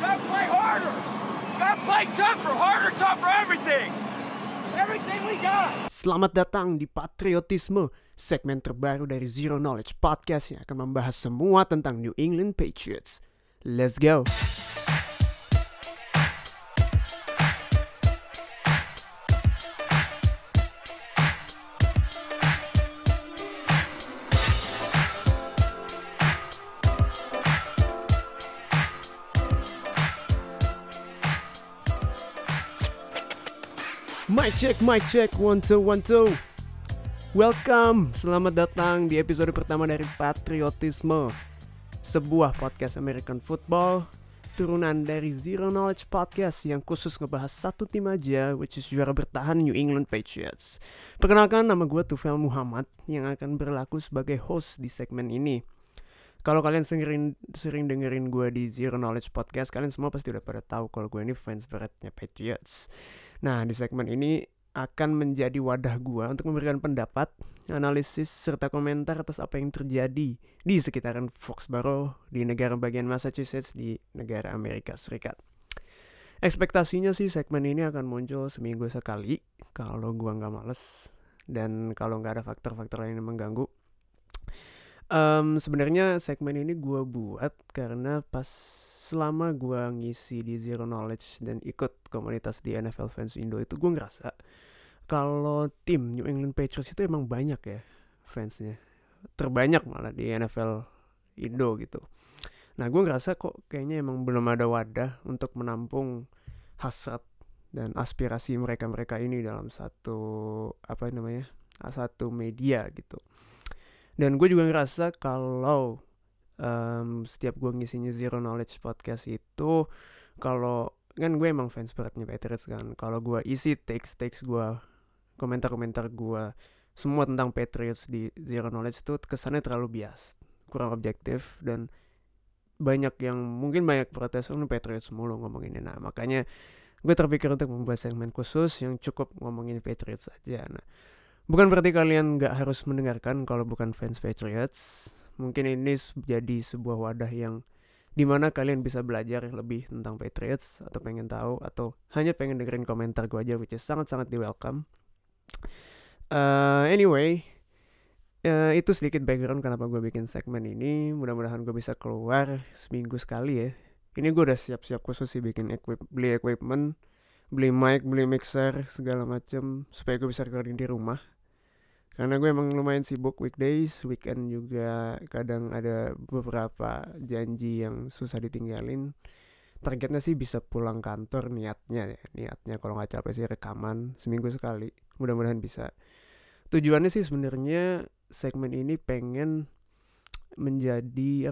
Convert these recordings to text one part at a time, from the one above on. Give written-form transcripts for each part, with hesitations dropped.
Gotta play harder. Gotta play tougher, harder, tougher, everything. Everything we got. Selamat datang di Patriotisme, segmen terbaru dari Zero Knowledge Podcast yang akan membahas semua tentang New England Patriots. Let's go! Mic check, 1 2 1 2. Welcome, selamat datang di episode pertama dari Patriotisme, sebuah podcast American Football, turunan dari Zero Knowledge Podcast yang khusus ngebahas satu tim aja, which is juara bertahan New England Patriots. Perkenalkan, nama gue Tufel Muhammad yang akan berlaku sebagai host di segmen ini. Kalau kalian sering dengerin gue di Zero Knowledge Podcast, kalian semua pasti udah pada tahu kalau gue ini fans beratnya Patriots. Nah, di segmen ini akan menjadi wadah gue untuk memberikan pendapat, analisis, serta komentar atas apa yang terjadi di sekitaran Foxborough di negara bagian Massachusetts di negara Amerika Serikat. Ekspektasinya sih segmen ini akan muncul seminggu sekali kalau gue nggak males dan kalau nggak ada faktor-faktor lain yang mengganggu. Sebenarnya segmen ini gue buat karena pas selama gue ngisi di Zero Knowledge dan ikut komunitas di NFL Fans Indo itu, gue ngerasa kalau tim New England Patriots itu emang banyak ya fansnya, terbanyak malah di NFL Indo gitu. Nah, gue ngerasa kok kayaknya emang belum ada wadah untuk menampung hasrat dan aspirasi mereka ini dalam satu media gitu. Dan gue juga ngerasa kalau setiap gue ngisinya Zero Knowledge Podcast itu, kalau kan gue emang fans beratnya Patriots kan, kalau gue isi takes gue, komentar gue semua tentang Patriots di Zero Knowledge itu kesannya terlalu bias, kurang objektif, dan banyak protes Patriots mulu ngomonginnya. Nah, makanya gue terpikir untuk membuat segmen khusus yang cukup ngomongin Patriots aja. Nah, bukan berarti kalian gak harus mendengarkan kalau bukan fans Patriots. Mungkin ini jadi sebuah wadah yang dimana kalian bisa belajar lebih tentang Patriots, atau pengen tahu, atau hanya pengen dengerin komentar gue aja, which is sangat-sangat di welcome. Anyway, itu sedikit background kenapa gue bikin segmen ini. Mudah-mudahan gue bisa keluar seminggu sekali ya. Ini gue udah siap-siap khusus sih bikin beli equipment, beli mic, beli mixer, segala macem, supaya gue bisa recording di rumah. Karena gue emang lumayan sibuk weekdays, weekend juga kadang ada beberapa janji yang susah ditinggalin. Targetnya sih bisa pulang kantor, niatnya kalau nggak capek sih rekaman seminggu sekali. Mudah-mudahan bisa. Tujuannya sih sebenarnya segmen ini pengen menjadi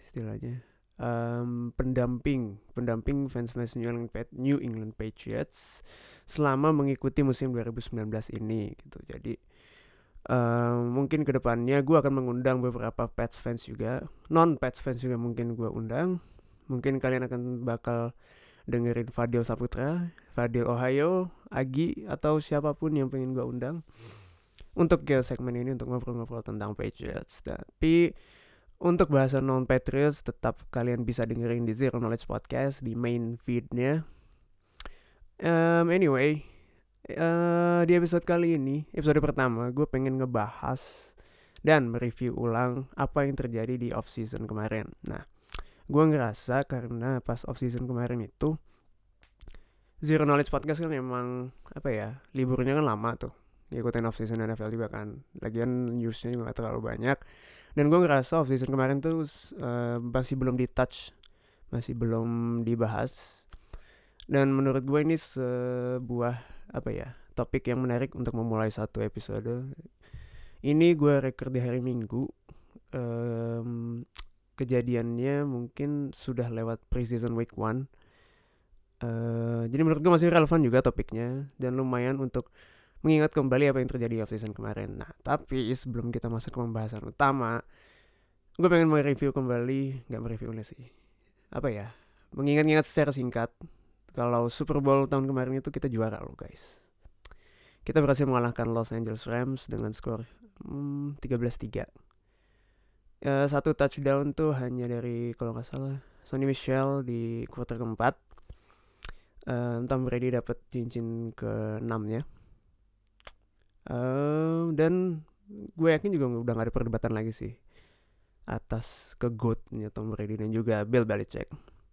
pendamping fans New England Patriots selama mengikuti musim 2019 ini gitu. Jadi mungkin kedepannya gue akan mengundang beberapa Pats fans juga, non-Pats fans juga mungkin gue undang. Mungkin kalian akan bakal dengerin Fadil Saputra, Fadil Ohio, Agi, atau siapapun yang pengen gue undang untuk ke segmen ini untuk ngobrol-ngobrol tentang Patriots. Tapi untuk bahasan non-Patriots tetap kalian bisa dengerin di Zero Knowledge Podcast di main feed-nya. Anyway, di episode kali ini, episode pertama, gue pengen ngebahas dan mereview ulang apa yang terjadi di off-season kemarin. Nah, gue ngerasa karena pas off-season kemarin itu Zero Knowledge Podcast kan emang liburnya kan lama tuh, ngikutin off-season NFL juga kan, lagian newsnya juga gak terlalu banyak. Dan gue ngerasa off-season kemarin tuh masih belum di-touch, masih belum dibahas. Dan menurut gue ini sebuah topik yang menarik untuk memulai satu episode. Ini gue record di hari Minggu. Kejadiannya mungkin sudah lewat preseason week 1. Jadi menurut gue masih relevan juga topiknya dan lumayan untuk mengingat kembali apa yang terjadi off-season kemarin. Nah, tapi sebelum kita masuk ke pembahasan utama, gue pengen mereview kembali, mengingat-ingat secara singkat kalau Super Bowl tahun kemarin itu kita juara loh guys. Kita berhasil mengalahkan Los Angeles Rams dengan skor 13-3. Satu touchdown tuh hanya dari, kalau gak salah, Sonny Michel di kuarter keempat. Tom Brady dapat cincin ke-6-nya. Dan gue yakin juga udah gak ada perdebatan lagi sih atas ke-GOAT-nya Tom Brady dan juga Bill Belichick.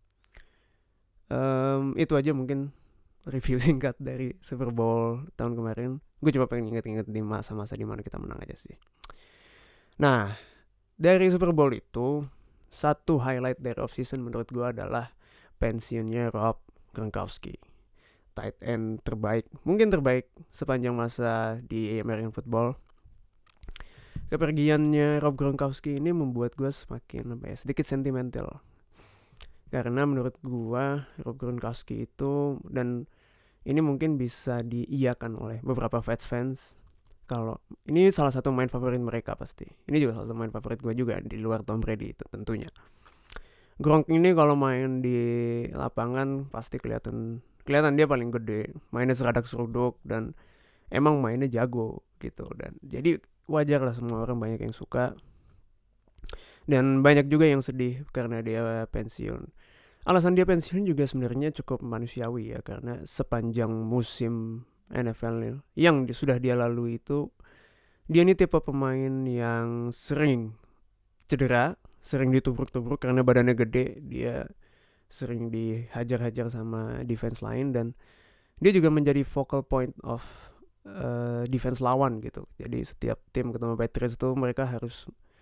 Itu aja mungkin review singkat dari Super Bowl tahun kemarin. Gue cuma pengen inget-inget di masa-masa dimana kita menang aja sih. Nah, dari Super Bowl itu, satu highlight dari off-season menurut gue adalah pensiunnya Rob Gronkowski, tight end terbaik, mungkin terbaik sepanjang masa di American Football. Kepergiannya Rob Gronkowski ini membuat gue semakin sedikit sentimental, karena menurut gue Rob Gronkowski itu, dan ini mungkin bisa diiyakan oleh beberapa fans, kalau ini salah satu main favorit mereka pasti. Ini juga salah satu main favorit gue juga di luar Tom Brady itu tentunya. Gronk ini kalau main di lapangan pasti kelihatan dia paling gede, mainnya seradak seruduk dan emang mainnya jago gitu. Dan jadi wajar lah semua orang banyak yang suka dan banyak juga yang sedih karena dia pensiun. Alasan dia pensiun juga sebenarnya cukup manusiawi ya, karena sepanjang musim NFL yang sudah dia lalui itu, dia ini tipe pemain yang sering cedera, sering ditubruk-tubruk karena badannya gede, dia sering dihajar-hajar sama defense lain, dan dia juga menjadi focal point of defense lawan gitu. Jadi setiap tim ketemu Patriots itu mereka harus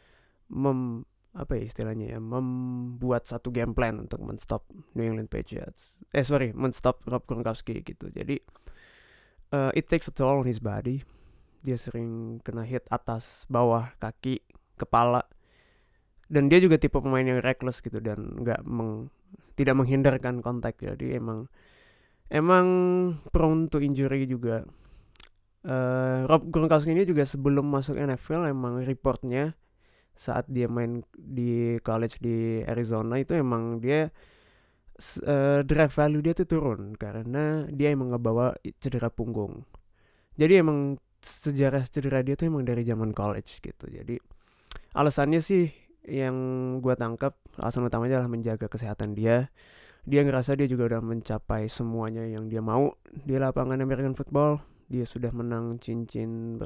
membuat satu game plan untuk men-stop New England Patriots. Men-stop Rob Gronkowski gitu. Jadi it takes a toll on his body. Dia sering kena hit atas, bawah, kaki, kepala. Dan dia juga tipe pemain yang reckless gitu dan tidak menghindarkan kontak. Jadi emang prone to injury juga. Rob Gronkowski ini juga sebelum masuk NFL emang reportnya saat dia main di college di Arizona itu emang dia drive value dia tuh turun karena dia emang ngebawa cedera punggung. Jadi emang sejarah cedera dia tuh emang dari zaman college gitu. Jadi alasannya sih yang gue tangkap, alasan utamanya adalah menjaga kesehatan dia. Dia ngerasa dia juga udah mencapai semuanya yang dia mau di lapangan American Football. Dia sudah menang cincin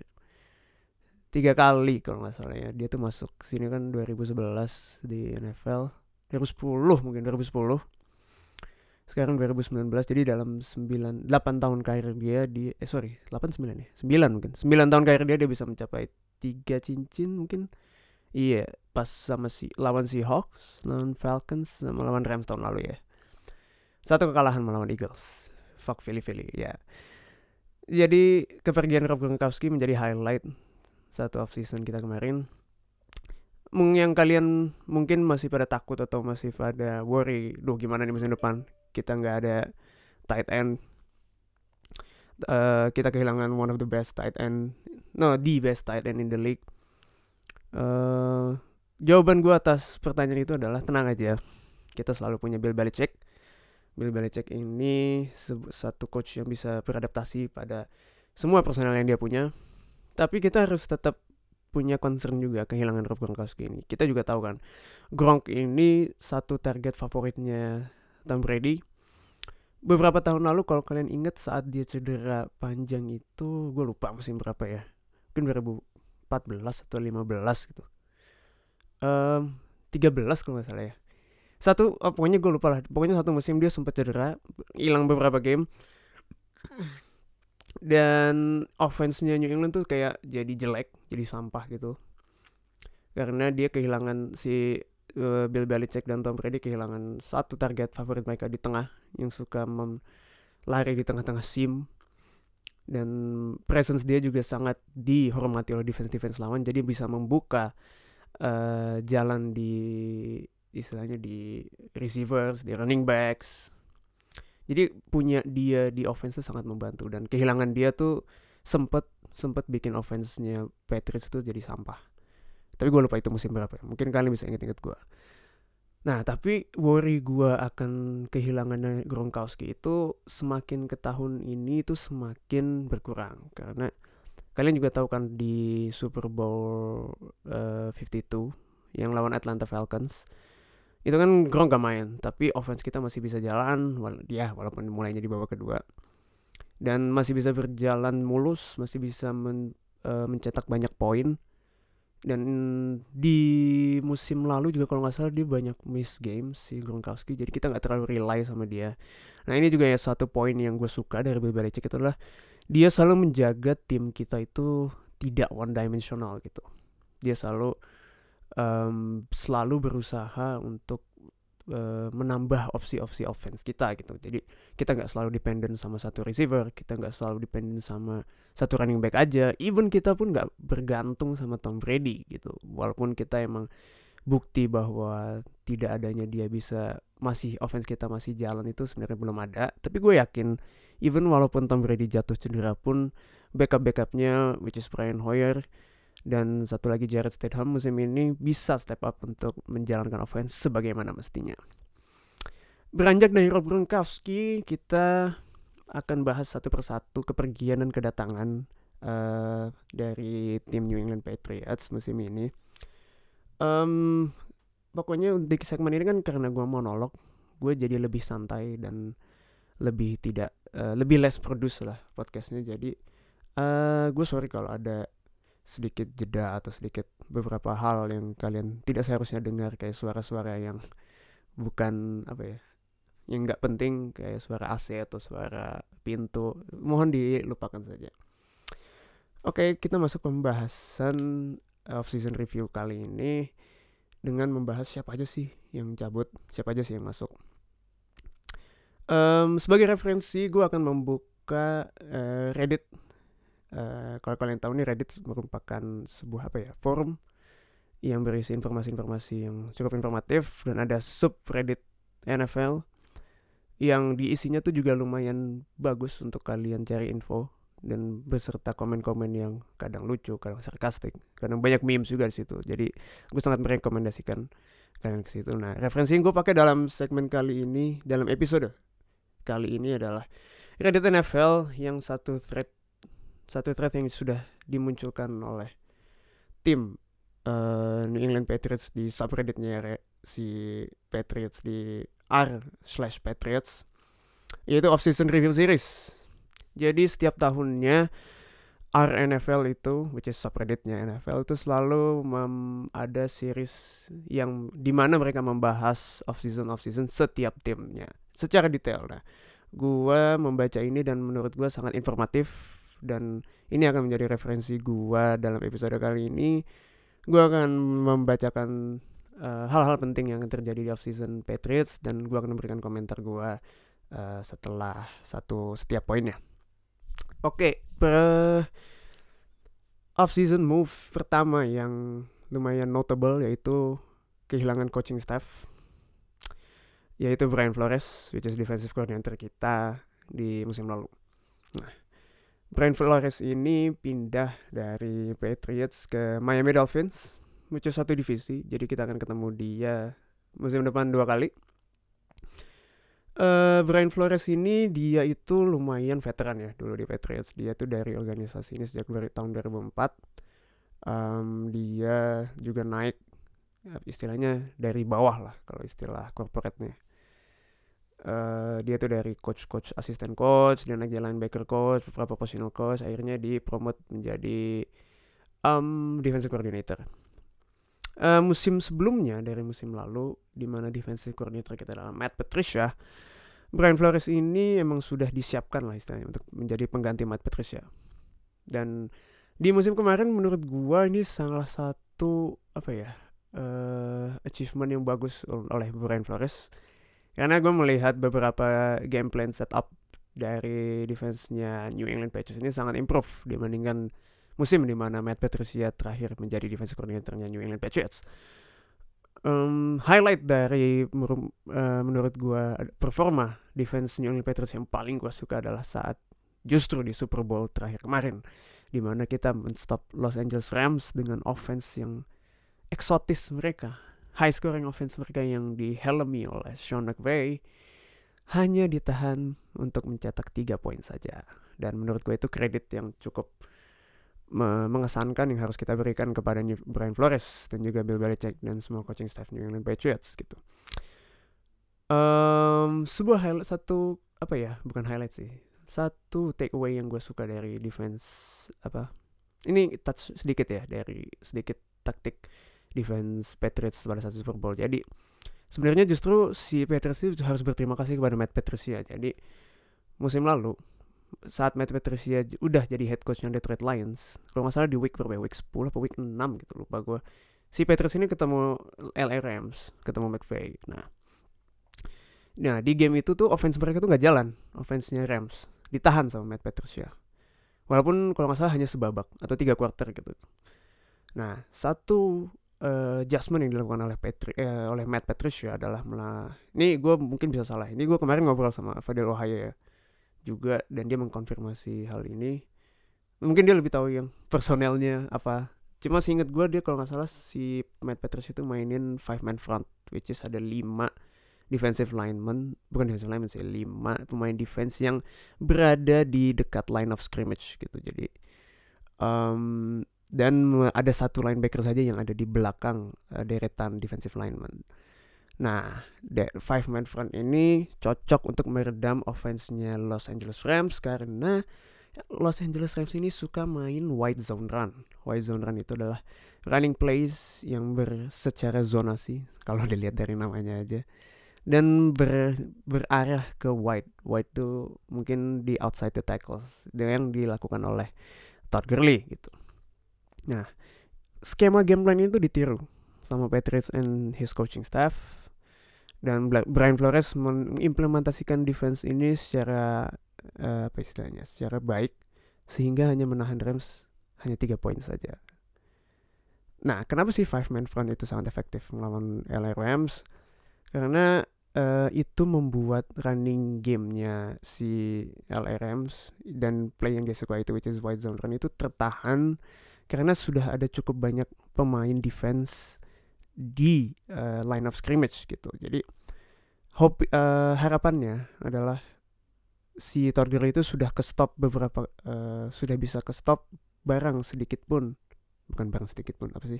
3 kali kalau gak salah ya. Dia tuh masuk sini kan 2011 di NFL, 2010. Sekarang 2019, jadi dalam 8 tahun karir dia 8-9 ya? 9 mungkin. 9 tahun karir dia bisa mencapai 3 cincin mungkin. Iya, pas sama lawan Seahawks, lawan Falcons, sama lawan Rams tahun lalu ya. 1 kekalahan melawan Eagles. Fuck Philly ya. Jadi kepergian Rob Gronkowski menjadi highlight satu off-season kita kemarin. Yang kalian mungkin masih pada takut atau masih pada worry, gimana nih musim depan kita gak ada tight end. Kita kehilangan one of the best tight end, the best tight end in the league. Jawaban gue atas pertanyaan itu adalah tenang aja, kita selalu punya Bill Belichick. Bill Belichick ini satu coach yang bisa beradaptasi pada semua personel yang dia punya. Tapi kita harus tetap punya concern juga kehilangan Rob Gronkowski ini. Kita juga tahu kan, Gronk ini satu target favoritnya Tom Brady. Beberapa tahun lalu kalau kalian ingat saat dia cedera panjang itu, gue lupa musim berapa ya, mungkin 2014 atau 15 gitu, 13 kalau gak salah ya. Pokoknya gue lupa lah. Pokoknya satu musim dia sempat cedera, hilang beberapa game. Dan offense-nya New England tuh kayak jadi jelek, jadi sampah gitu. Karena dia kehilangan si Bill Belichick dan Tom Brady kehilangan satu target favorit mereka di tengah yang suka lari di tengah-tengah seam. Dan presence dia juga sangat dihormati oleh defense lawan, jadi bisa membuka jalan di istilahnya di receivers, di running backs. Jadi punya dia di offense tuh sangat membantu, dan kehilangan dia tuh sempat bikin offense-nya Patriots tuh jadi sampah. Tapi gue lupa itu musim berapa ya. Mungkin kalian bisa inget-inget gue. Nah, tapi worry gue akan kehilangannya Gronkowski itu semakin ke tahun ini tuh semakin berkurang. Karena kalian juga tahu kan di Super Bowl 52 yang lawan Atlanta Falcons, itu kan Gronk gak main, tapi offense kita masih bisa jalan, walaupun mulainya di babak kedua, dan masih bisa berjalan mulus, masih bisa mencetak banyak poin. Dan di musim lalu juga kalau nggak salah dia banyak miss games si Gronkowski, jadi kita nggak terlalu rely sama dia. Nah ini juga ya satu poin yang gue suka dari Bill Belichick, itu adalah dia selalu menjaga tim kita itu tidak one dimensional gitu. Dia selalu berusaha untuk menambah opsi-opsi offense kita gitu. Jadi kita nggak selalu dependent sama satu receiver, kita nggak selalu dependent sama satu running back aja. Even kita pun nggak bergantung sama Tom Brady gitu. Walaupun kita emang bukti bahwa tidak adanya dia offense kita masih jalan itu sebenarnya belum ada. Tapi gue yakin even walaupun Tom Brady jatuh cedera pun backupnya which is Brian Hoyer dan satu lagi Jared Stidham musim ini bisa step up untuk menjalankan offense sebagaimana mestinya. Beranjak dari Rob Gronkowski, kita akan bahas satu persatu kepergian dan kedatangan dari tim New England Patriots musim ini. Pokoknya di segmen ini kan karena gue monolog, gue jadi lebih santai dan lebih less produce lah podcastnya. Jadi gue sorry kalau ada sedikit jeda atau sedikit beberapa hal yang kalian tidak seharusnya dengar, kayak suara-suara yang bukan yang nggak penting, kayak suara AC atau suara pintu, mohon dilupakan saja. Oke, kita masuk pembahasan off-season review kali ini dengan membahas siapa aja sih yang cabut, siapa aja sih yang masuk. Sebagai referensi gue akan membuka Reddit. Kalau kalian tahu nih, Reddit merupakan sebuah forum yang berisi informasi-informasi yang cukup informatif, dan ada subreddit NFL yang diisinya tuh juga lumayan bagus untuk kalian cari info, dan beserta komen-komen yang kadang lucu, kadang sarkastik, kadang banyak memes juga di situ. Jadi gue sangat merekomendasikan kalian ke situ. Nah, referensi yang gue pakai dalam segmen kali ini, dalam episode kali ini adalah Reddit NFL yang satu thread yang sudah dimunculkan oleh tim New England Patriots di subredditnya si Patriots di r/Patriots, yaitu off-season review series. Jadi setiap tahunnya RNFL itu, which is subredditnya NFL, itu selalu ada series yang dimana mereka membahas off-season setiap timnya secara detail. Nah, gue membaca ini dan menurut gue sangat informatif, dan ini akan menjadi referensi gue dalam episode kali ini. Gue akan membacakan hal-hal penting yang terjadi di off-season Patriots, dan gue akan memberikan komentar gue setelah setiap poinnya. Oke, off-season move pertama yang lumayan notable yaitu kehilangan coaching staff, yaitu Brian Flores, which is defensive coordinator kita di musim lalu. Nah, Brian Flores ini pindah dari Patriots ke Miami Dolphins, which is satu divisi. Jadi kita akan ketemu dia musim depan 2 kali. Brian Flores ini dia itu lumayan veteran ya dulu di Patriots. Dia tuh dari organisasi ini sejak tahun 2004. Dia juga naik, istilahnya dari bawah lah kalau istilah corporate-nya. Dia tuh dari coach, asisten coach, dia naik jadi linebacker coach, beberapa positional coach, akhirnya dipromote menjadi defensive coordinator. Musim sebelumnya, dari musim lalu, di mana defensive coordinator kita adalah Matt Patricia, Brian Flores ini emang sudah disiapkan lah istilahnya untuk menjadi pengganti Matt Patricia. Dan di musim kemarin menurut gua ini salah satu achievement yang bagus oleh Brian Flores, karena gue melihat beberapa game plan setup dari defense-nya New England Patriots ini sangat improve dibandingkan musim di mana Matt Patricia terakhir menjadi defensive coordinator-nya New England Patriots. Highlight dari menurut gue performa defense New England Patriots yang paling gue suka adalah saat justru di Super Bowl terakhir kemarin, di mana kita men-stop Los Angeles Rams dengan offense yang eksotis mereka. High scoring offense mereka yang dihelmi oleh Sean McVay hanya ditahan untuk mencetak 3 poin saja. Dan menurut gue itu kredit yang cukup mengesankan yang harus kita berikan kepada Brian Flores dan juga Bill Belichick dan semua coaching staff New England Patriots gitu. Sebuah highlight, satu apa ya, bukan highlight sih, satu takeaway yang gue suka dari defense apa, ini touch sedikit ya dari sedikit taktik defense Patriots pada saat Super Bowl. Jadi sebenarnya justru si Patriots itu harus berterima kasih kepada Matt Patricia. Jadi musim lalu saat Matt Patricia udah jadi head coachnya Detroit Lions, kalau nggak salah di week 10 atau week 6 gitu, lupa gue, si Patriots ini ketemu LA Rams, ketemu McVay. Nah di game itu tuh offense mereka tuh nggak jalan, offense-nya Rams ditahan sama Matt Patricia. Walaupun kalau nggak salah hanya sebabak atau 3 quarter gitu. Nah satu adjustment yang dilakukan oleh Matt Patricia adalah ini gue mungkin bisa salah. Ini gue kemarin ngobrol sama Fadil Ohaya ya juga, dan dia mengkonfirmasi hal ini. Mungkin dia lebih tahu yang personelnya apa. Cuma seinget gue dia kalau nggak salah si Matt Patricia itu mainin 5-man front, which is ada 5 defensive lineman, bukan defensive lineman sih, 5 pemain defense yang berada di dekat line of scrimmage gitu. Jadi dan ada satu linebacker saja yang ada di belakang deretan defensive lineman. Nah, 5-man front ini cocok untuk meredam offense-nya Los Angeles Rams karena Los Angeles Rams ini suka main wide zone run. Wide zone run itu adalah running plays yang secara zonasi, kalau dilihat dari namanya aja, dan berarah ke wide. Wide itu mungkin di outside the tackles, yang dilakukan oleh Todd Gurley gitu. Nah, skema game plan itu ditiru sama Patriots and his coaching staff. Dan Brian Flores mengimplementasikan defense ini secara secara baik, sehingga hanya menahan Rams hanya 3 poin saja. Nah, kenapa sih 5-man front itu sangat efektif melawan LA Rams? Karena itu membuat running gamenya si LA Rams dan play yang dia suka itu, which is wide zone run, itu tertahan karena sudah ada cukup banyak pemain defense di line of scrimmage gitu. Jadi harapannya adalah si Todd Gurley itu sudah sudah bisa ke stop bukan barang sedikit pun apa sih,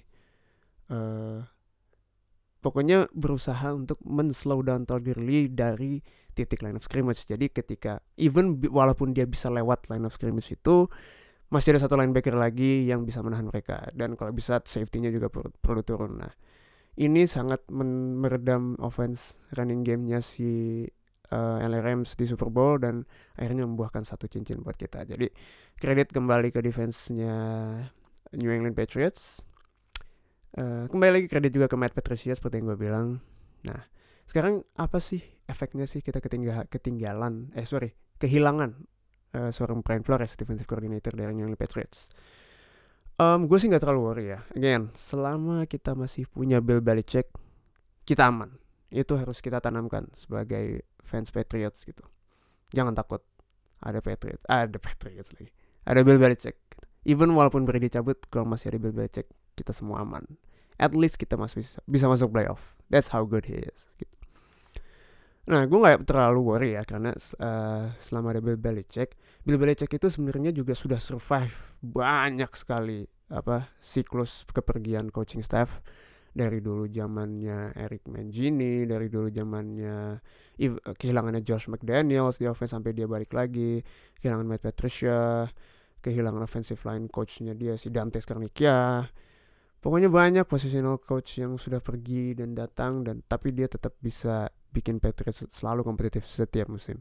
pokoknya berusaha untuk men-slow down Todd Gurley dari titik line of scrimmage. Jadi ketika walaupun dia bisa lewat line of scrimmage itu, masih ada satu linebacker lagi yang bisa menahan mereka, dan kalau bisa safety-nya juga perlu turun. Nah, ini sangat meredam offense running game-nya si LA Rams di Super Bowl, dan akhirnya membuahkan satu cincin buat kita. Jadi kredit kembali ke defense-nya New England Patriots. Kembali lagi kredit juga ke Matt Patricia seperti yang gue bilang. Nah, sekarang apa sih efeknya sih kita kehilangan seorang Brian Flores, defensive coordinator dari New England Patriots? Gue sih gak terlalu worry ya. Again, selama kita masih punya Bill Belichick, kita aman. Itu harus kita tanamkan sebagai fans Patriots gitu. Jangan takut. Ada Patriots lagi. Ada Bill Belichick. Even walaupun Brady cabut, kalau masih ada Bill Belichick, kita semua aman. At least kita masih bisa masuk playoff. That's how good he is gitu. Nah, gue gak terlalu worry ya, karena selama ada Bill Belichick itu sebenarnya juga sudah survive banyak sekali siklus kepergian coaching staff. Dari dulu zamannya Eric Mangini, dari dulu zamannya kehilangannya Josh McDaniels di offense sampai dia balik lagi, kehilangan Matt Patricia, kehilangan offensive line coachnya dia si Dante Scarnicchia. Pokoknya banyak positional coach yang sudah pergi dan datang, tapi dia tetap bisa bikin Patriots selalu kompetitif setiap musim.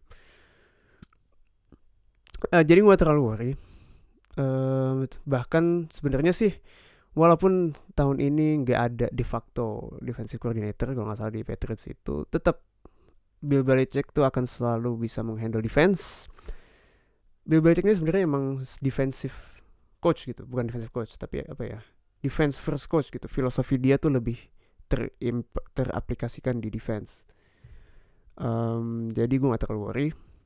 Jadi gue terlalu worry. Bahkan sebenarnya sih, walaupun tahun ini nggak ada de facto defensive coordinator kalau nggak salah di Patriots itu, tetap Bill Belichick tuh akan selalu bisa menghandle defense. Bill Belichick ini sebenarnya emang defensive coach gitu, bukan defensive coach tapi defense first coach gitu. Filosofi dia tuh lebih teraplikasikan di defense. Jadi gue gak terlalu worry.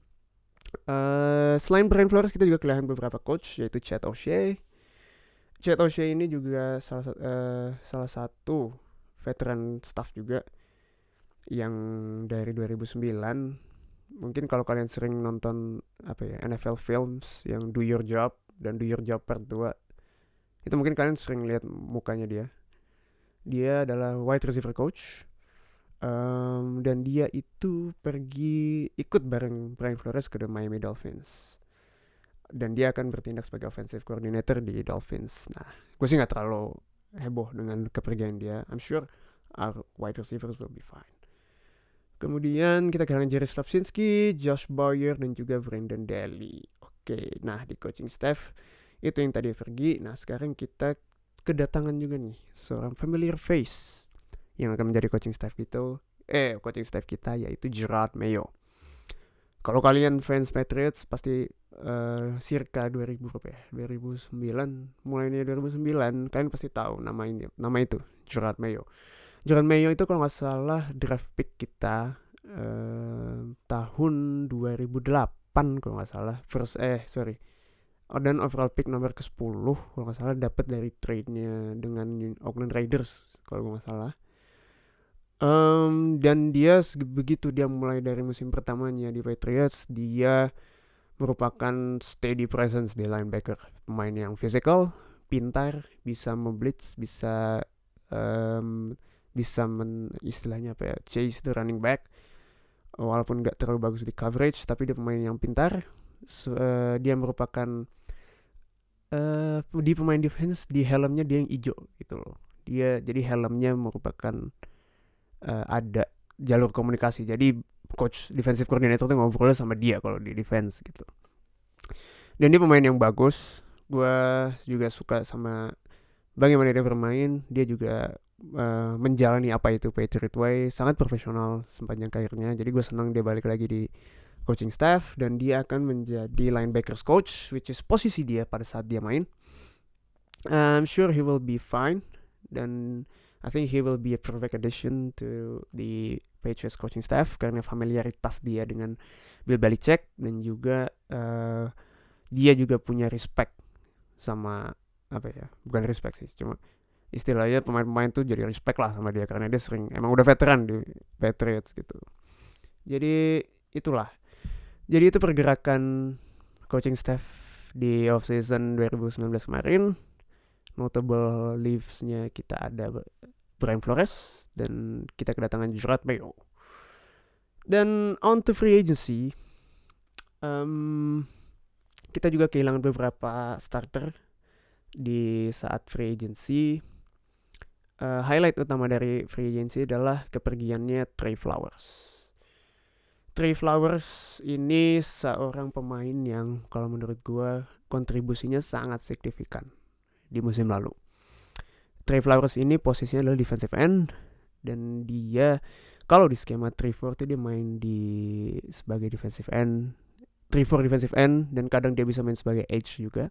Selain Brian Flores, kita juga kehilangan beberapa coach, yaitu Chad O'Shea. Chad O'Shea ini juga salah satu veteran staff juga yang dari 2009. Mungkin kalau kalian sering nonton NFL films yang Do Your Job dan Do Your Job Part 2, itu mungkin kalian sering lihat mukanya dia. Dia adalah wide receiver coach. Dan dia itu ikut bareng Brian Flores ke Miami Dolphins. Dan dia akan bertindak sebagai offensive coordinator di Dolphins. Nah, gue sih gak terlalu heboh dengan kepergian dia. I'm sure our wide receivers will be fine. Kemudian kita kehilangan Jerry Slapsinski, Josh Boyer, dan juga Brandon Daly. Oke, nah di coaching staff itu yang tadi pergi. Nah sekarang kita kedatangan juga nih seorang familiar face yang akan menjadi coaching staff kita yaitu Jerod Mayo. Kalau kalian fans Patriots pasti circa 2009, mulainya 2009 kalian pasti tahu nama itu Jerod Mayo. Jerod Mayo itu kalau nggak salah draft pick kita tahun 2008 kalau nggak salah dan overall pick nomor ke-10 kalau nggak salah dapat dari trade-nya dengan Oakland Raiders kalau nggak salah. Dan dia begitu dia mulai dari musim pertamanya di Patriots, dia merupakan steady presence di linebacker, pemain yang physical, pintar, bisa memblitz, bisa istilahnya chase the running back, walaupun gak terlalu bagus di coverage, tapi dia pemain yang pintar. Dia merupakan di pemain defense, di helmnya dia yang hijau gitu loh. Dia jadi helmnya merupakan ada jalur komunikasi, jadi coach defensive coordinator tuh ngobrol sama dia kalau di defense gitu. Dan dia pemain yang bagus, gue juga suka sama bagaimana dia bermain. Dia juga menjalani apa itu Patriot Way, sangat profesional sepanjang karirnya. Jadi gue senang dia balik lagi di coaching staff, dan dia akan menjadi linebackers coach, which is posisi dia pada saat dia main. I'm sure he will be fine, dan I think he will be a perfect addition to the Patriots coaching staff karena familiaritas dia dengan Bill Belichick, dan juga dia juga punya respect sama bukan respect sih, cuma istilahnya pemain-pemain tuh jadi respect lah sama dia karena dia emang udah veteran di Patriots gitu. Jadi itulah. Jadi itu pergerakan coaching staff di off season 2019 kemarin. Notable leaves-nya kita ada Brian Flores, dan kita kedatangan Jerod Mayo. Dan on to free agency, kita juga kehilangan beberapa starter di saat free agency. Highlight utama dari free agency adalah kepergiannya Trey Flowers. Trey Flowers ini seorang pemain yang kalau menurut gue kontribusinya sangat signifikan di musim lalu. Trey Flowers ini posisinya adalah defensive end, dan dia kalau di skema 3-4 itu dia main sebagai defensive end, 3-4 defensive end, dan kadang dia bisa main sebagai edge juga.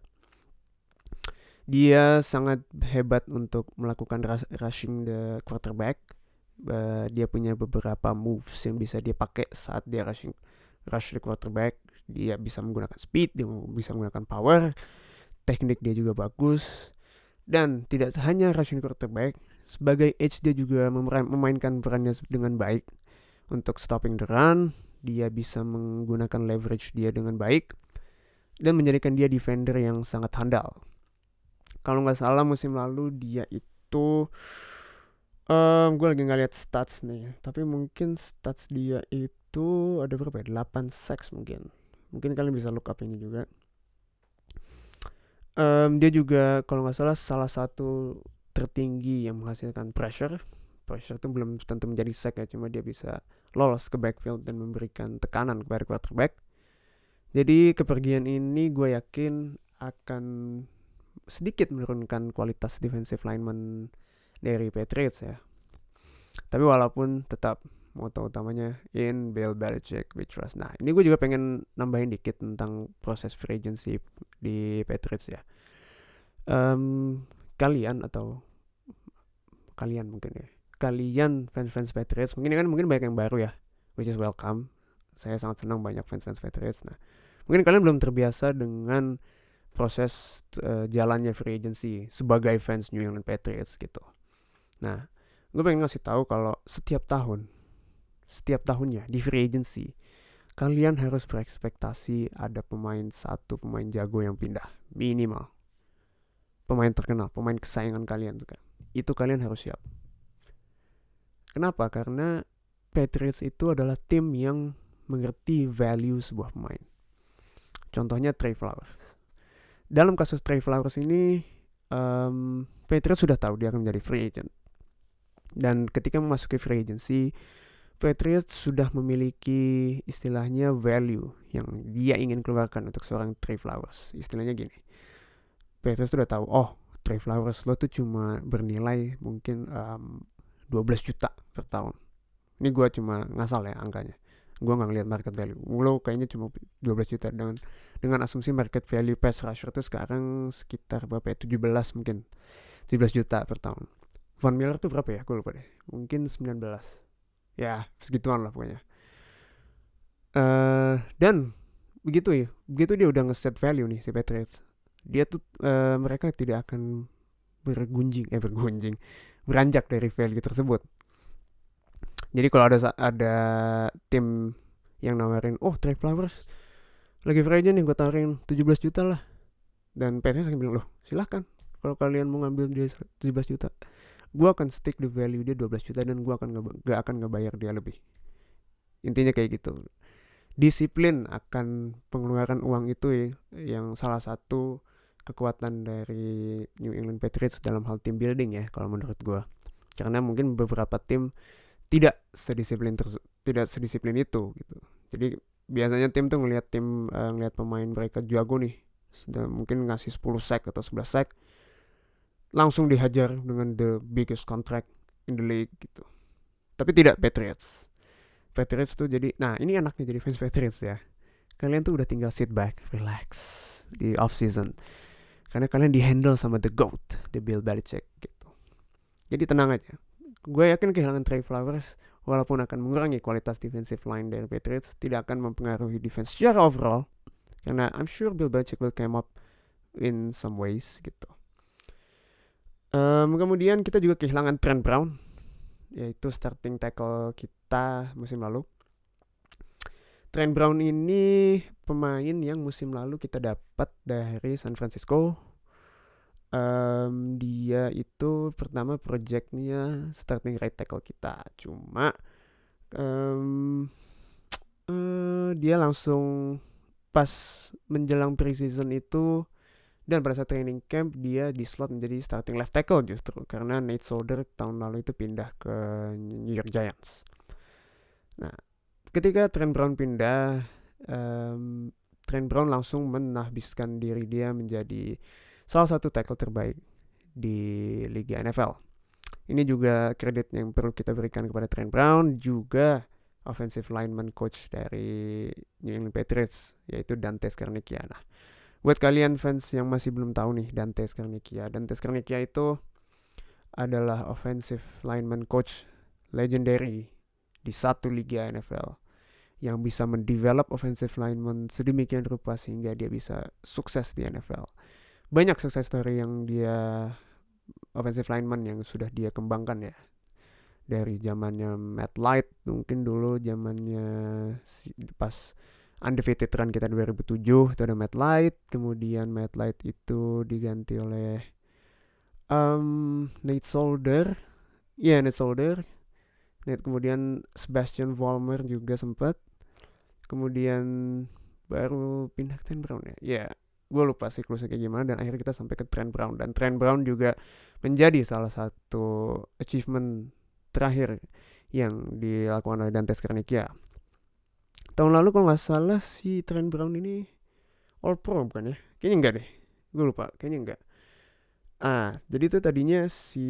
Dia sangat hebat untuk melakukan rushing the quarterback. Dia punya beberapa moves yang bisa dia pakai saat dia rush the quarterback. Dia bisa menggunakan speed, dia bisa menggunakan power. Teknik dia juga bagus. Dan tidak hanya rushing quarterback, sebagai edge dia juga memainkan perannya dengan baik untuk stopping the run. Dia bisa menggunakan leverage dia dengan baik dan menjadikan dia defender yang sangat handal. Kalau nggak salah musim lalu dia itu gue lagi nggak lihat stats nih, tapi mungkin stats dia itu ada berapa ya? 8 sacks mungkin kalian bisa look up ini juga. Dia juga kalau nggak salah satu tertinggi yang menghasilkan pressure itu belum tentu menjadi sack ya, cuma dia bisa lolos ke backfield dan memberikan tekanan kepada quarterback. Jadi kepergian ini gue yakin akan sedikit menurunkan kualitas defensive lineman dari Patriots ya. Tapi walaupun tetap moto utamanya in Bill Belichick we trust. Nah ini gue juga pengen nambahin dikit tentang proses free agency di Patriots ya. Kalian fans Patriots mungkin banyak yang baru ya, which is welcome. Saya sangat senang banyak fans Patriots. Nah mungkin kalian belum terbiasa dengan proses jalannya free agency sebagai fans New England Patriots gitu. Nah gue pengen ngasih tahu kalau setiap tahunnya di free agency kalian harus berekspektasi ada pemain jago yang pindah, minimal pemain terkenal, pemain kesayangan kalian tuh kan. Itu kalian harus siap. Kenapa? Karena Patriots itu adalah tim yang mengerti value sebuah pemain. Contohnya Trey Flowers. Dalam kasus Trey Flowers ini, Patriots sudah tahu dia akan menjadi free agent. Dan ketika memasuki free agency, Patriots sudah memiliki istilahnya value yang dia ingin keluarkan untuk seorang Trey Flowers. Istilahnya gini, Patriots sudah tahu, Trey Flowers lo tuh cuma bernilai mungkin 12 juta per tahun. Ini gue cuma ngasal ya angkanya. Gue gak ngeliat market value. Lo kayaknya cuma 12 juta dengan asumsi market value pass rusher itu sekarang sekitar berapa ya? 17 mungkin. 17 juta per tahun. Von Miller tuh berapa ya? Gue lupa deh. Mungkin 19. Ya, segituan lah pokoknya. Dan begitu dia udah nge-set value nih si Patriots. Dia tuh mereka tidak akan beranjak dari value tersebut. Jadi kalau ada tim yang nawarin, Trey Flowers lagi free agent nih, gue tawarin 17 juta lah. Dan Patriots akan bilang, silahkan. Kalau kalian mau ngambil dia 17 juta, gue akan stick the value dia 12 juta dan gue gak akan ngebayar dia lebih. Intinya kayak gitu. Disiplin akan pengeluaran uang itu yang salah satu kekuatan dari New England Patriots dalam hal team building ya, kalau menurut gue. Karena mungkin beberapa tim tidak sedisiplin itu gitu. Jadi biasanya tim tuh ngelihat pemain mereka jago nih, mungkin ngasih 10 sack atau 11 sack, langsung dihajar dengan the biggest contract in the league gitu. Tapi tidak Patriots tuh jadi, ini enaknya jadi fans Patriots ya. Kalian tuh udah tinggal sit back, relax di off season. Karena kalian dihandle sama the GOAT, the Bill Belichick gitu. Jadi tenang aja. Gue yakin kehilangan Trey Flowers walaupun akan mengurangi kualitas defensive line dari Patriots, tidak akan mempengaruhi defense secara overall. Karena I'm sure Bill Belichick will come up in some ways gitu. Kemudian kita juga kehilangan Trent Brown, yaitu starting tackle kita musim lalu. Trent Brown ini pemain yang musim lalu kita dapat dari San Francisco. Dia itu pertama projectnya starting right tackle kita. Cuma dia langsung pas menjelang preseason itu dan pada saat training camp dia di slot menjadi starting left tackle justru karena Nate Solder tahun lalu itu pindah ke New York Giants. Nah, ketika Trent Brown pindah, Trent Brown langsung menahbiskan diri dia menjadi salah satu tackle terbaik di Liga NFL. Ini juga kredit yang perlu kita berikan kepada Trent Brown, juga offensive lineman coach dari New England Patriots, yaitu Dante Scarnecchia. Nah, buat kalian fans yang masih belum tahu nih Dante Scarnecchia itu adalah offensive lineman coach legendary di satu liga NFL yang bisa mendevelop offensive lineman sedemikian rupa sehingga dia bisa sukses di NFL. Banyak success story yang dia offensive lineman yang sudah dia kembangkan ya. Dari zamannya Matt Light, mungkin dulu zamannya pas undefeated run kita 2007 itu ada Matt Light, kemudian Matt Light itu diganti oleh Nate Solder. Kemudian Sebastian Vollmer juga sempat. Kemudian baru pindah ke Trent Brown ya. Ya, gue lupa siklusnya kayak gimana dan akhirnya kita sampai ke Trent Brown. Dan Trent Brown juga menjadi salah satu achievement terakhir yang dilakukan oleh Dante Scarnecchia. Tahun lalu kalau gak salah si Trent Brown ini All Pro bukan ya? Kayaknya enggak deh. Gue lupa, kayaknya enggak. Jadi itu tadinya si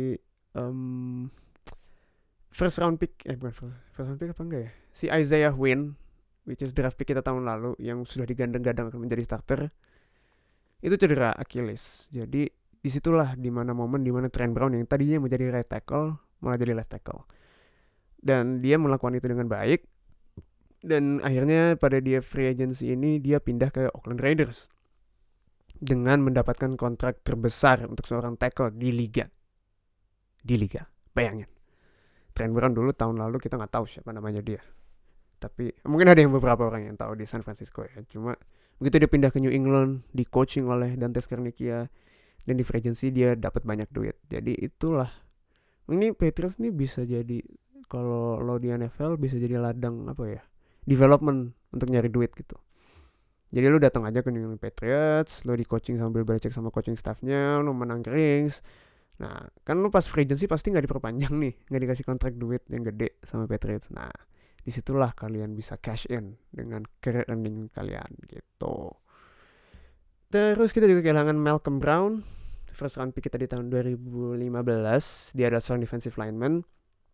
first round pick apa enggak ya? Si Isaiah Wynn, which is draft pick kita tahun lalu yang sudah digandeng-gadang akan menjadi starter, itu cedera Achilles. Jadi disitulah momen dimana Trent Brown yang tadinya menjadi right tackle malah jadi left tackle. Dan dia melakukan itu dengan baik. Dan akhirnya pada dia free agency ini dia pindah ke Oakland Raiders dengan mendapatkan kontrak terbesar untuk seorang tackle di liga. Bayangin. Trent Brown dulu tahun lalu kita nggak tahu siapa namanya dia. Tapi mungkin ada beberapa orang yang tahu di San Francisco ya. Cuma begitu dia pindah ke New England, di coaching oleh Dante Scarnecchia, dan di free agency dia dapat banyak duit. Jadi itulah. Ini Patriots nih bisa jadi kalau lo di NFL bisa jadi ladang development untuk nyari duit gitu. Jadi lo datang aja ke New England Patriots, lo di coaching sama Bill Belichick sama coaching staffnya, lo menang rings. Nah kan lo pas free agency pasti nggak diperpanjang nih, nggak dikasih kontrak duit yang gede sama Patriots. Nah disitulah kalian bisa cash in dengan career earning kalian gitu. Terus kita juga kehilangan Malcolm Brown, first round pick kita di tahun 2015. Dia adalah seorang defensive lineman.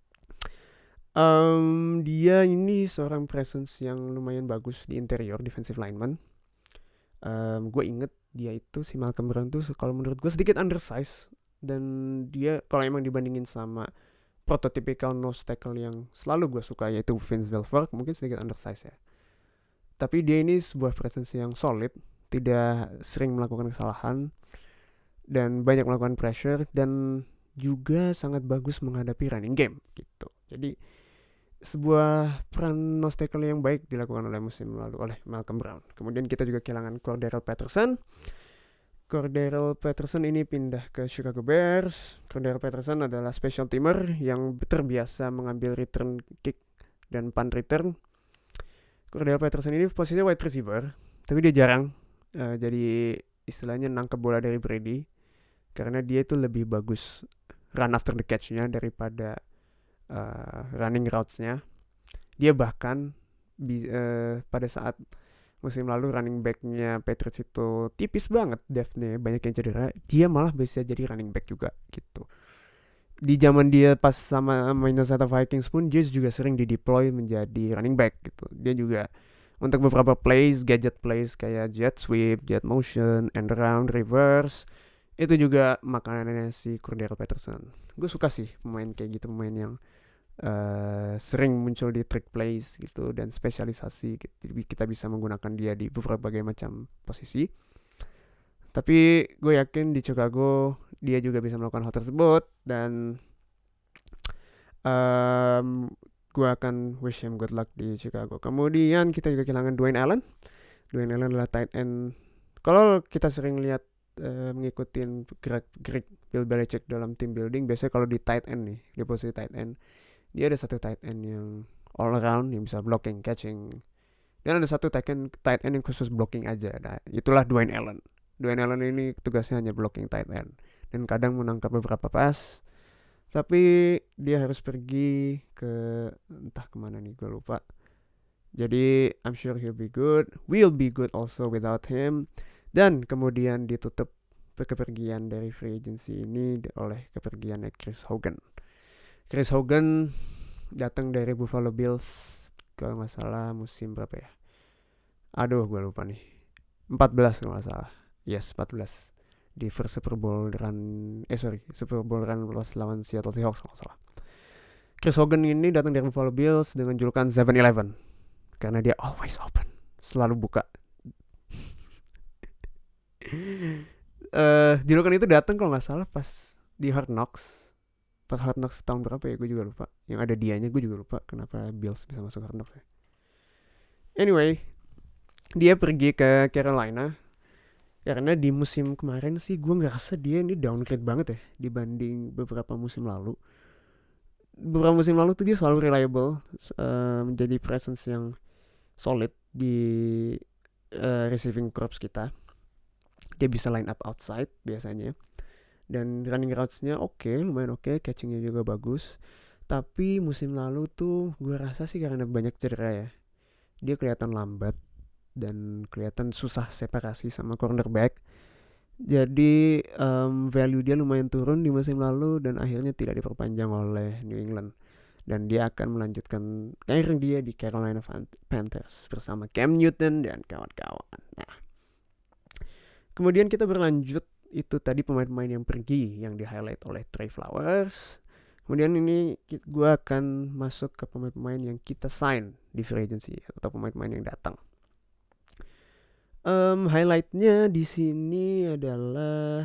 Dia ini seorang presence yang lumayan bagus di interior defensive lineman. Gue inget dia itu si Malcolm Brown tuh kalau menurut gue sedikit undersize, dan dia kalau emang dibandingin sama prototypical nose tackle yang selalu gue suka yaitu Vince Wilfork, mungkin sedikit undersize ya. Tapi dia ini sebuah presence yang solid, tidak sering melakukan kesalahan dan banyak melakukan pressure, dan juga sangat bagus menghadapi running game gitu. Jadi sebuah peran nose tackle yang baik dilakukan oleh musim lalu oleh Malcolm Brown. Kemudian kita juga kehilangan Cordarrelle Patterson. Cordarrelle Patterson ini pindah ke Chicago Bears. Cordarrelle Patterson adalah special teamer yang terbiasa mengambil return kick dan punt return. Cordarrelle Patterson ini posisinya wide receiver, tapi dia jarang jadi istilahnya nangkep bola dari Brady, karena dia itu lebih bagus run after the catch-nya daripada running routes-nya. Dia bahkan pada saat musim lalu running back-nya Patriots itu tipis banget depth-nya, banyak yang cedera, dia malah bisa jadi running back juga gitu. Di zaman dia pas sama Minnesota Vikings pun dia juga sering dideploy menjadi running back gitu. Dia juga untuk beberapa plays, gadget plays kayak jet sweep, jet motion, end around, reverse, itu juga makanannya si Cordarrelle Patterson. Gue suka sih pemain kayak gitu, pemain yang sering muncul di trick plays gitu dan spesialisasi gitu. Jadi kita bisa menggunakan dia di berbagai macam posisi. Tapi gue yakin di Chicago dia juga bisa melakukan hal tersebut, dan gue akan wish him good luck di Chicago. Kemudian kita juga kehilangan Dwayne Allen. Dwayne Allen adalah tight end. Kalau kita sering lihat ngikutin gerak-gerik Bill Belichick dalam team building, biasanya kalau di tight end nih, di posisi tight end, dia ada satu tight end yang all around yang bisa blocking, catching, dan ada satu tight end yang khusus blocking aja. Nah, itulah Dwayne Allen. Dwayne Allen ini tugasnya hanya blocking tight end dan kadang menangkap beberapa pass, tapi dia harus pergi ke entah kemana nih, gue lupa. Jadi I'm sure he'll be good, will be good also without him. Dan kemudian ditutup kepergian dari free agency ini oleh kepergiannya Chris Hogan. Chris Hogan datang dari Buffalo Bills kalau nggak salah musim berapa ya? Aduh, gue lupa nih. 14 kalau nggak salah. Yes, 14. Di first Super Bowl run lawan Seattle Seahawks kalau nggak salah. Chris Hogan ini datang dari Buffalo Bills dengan julukan 7-Eleven karena dia always open, selalu buka. Julukan itu datang kalau nggak salah pas di Hard Knocks. Pas Hard Knocks tahun berapa ya, gue juga lupa. Yang ada dianya gue juga lupa kenapa Bills bisa masuk Hard Knocks ya. Anyway, dia pergi ke Carolina karena di musim kemarin sih gue ngerasa dia ini downgrade banget ya dibanding beberapa musim lalu. Beberapa musim lalu tuh dia selalu reliable, menjadi presence yang solid di receiving corps kita. Dia bisa line up outside biasanya, dan running routes-nya lumayan oke, catching-nya juga bagus. Tapi musim lalu tuh gue rasa sih karena banyak cedera ya, dia kelihatan lambat dan kelihatan susah separasi sama cornerback. Jadi value dia lumayan turun di musim lalu dan akhirnya tidak diperpanjang oleh New England. Dan dia akan melanjutkan karir dia di Carolina Panthers bersama Cam Newton dan kawan-kawan. Nah, kemudian kita berlanjut, itu tadi pemain-pemain yang pergi yang di-highlight oleh Trey Flowers. Kemudian ini gue akan masuk ke pemain-pemain yang kita sign di free agency atau pemain-pemain yang datang. Highlightnya di sini adalah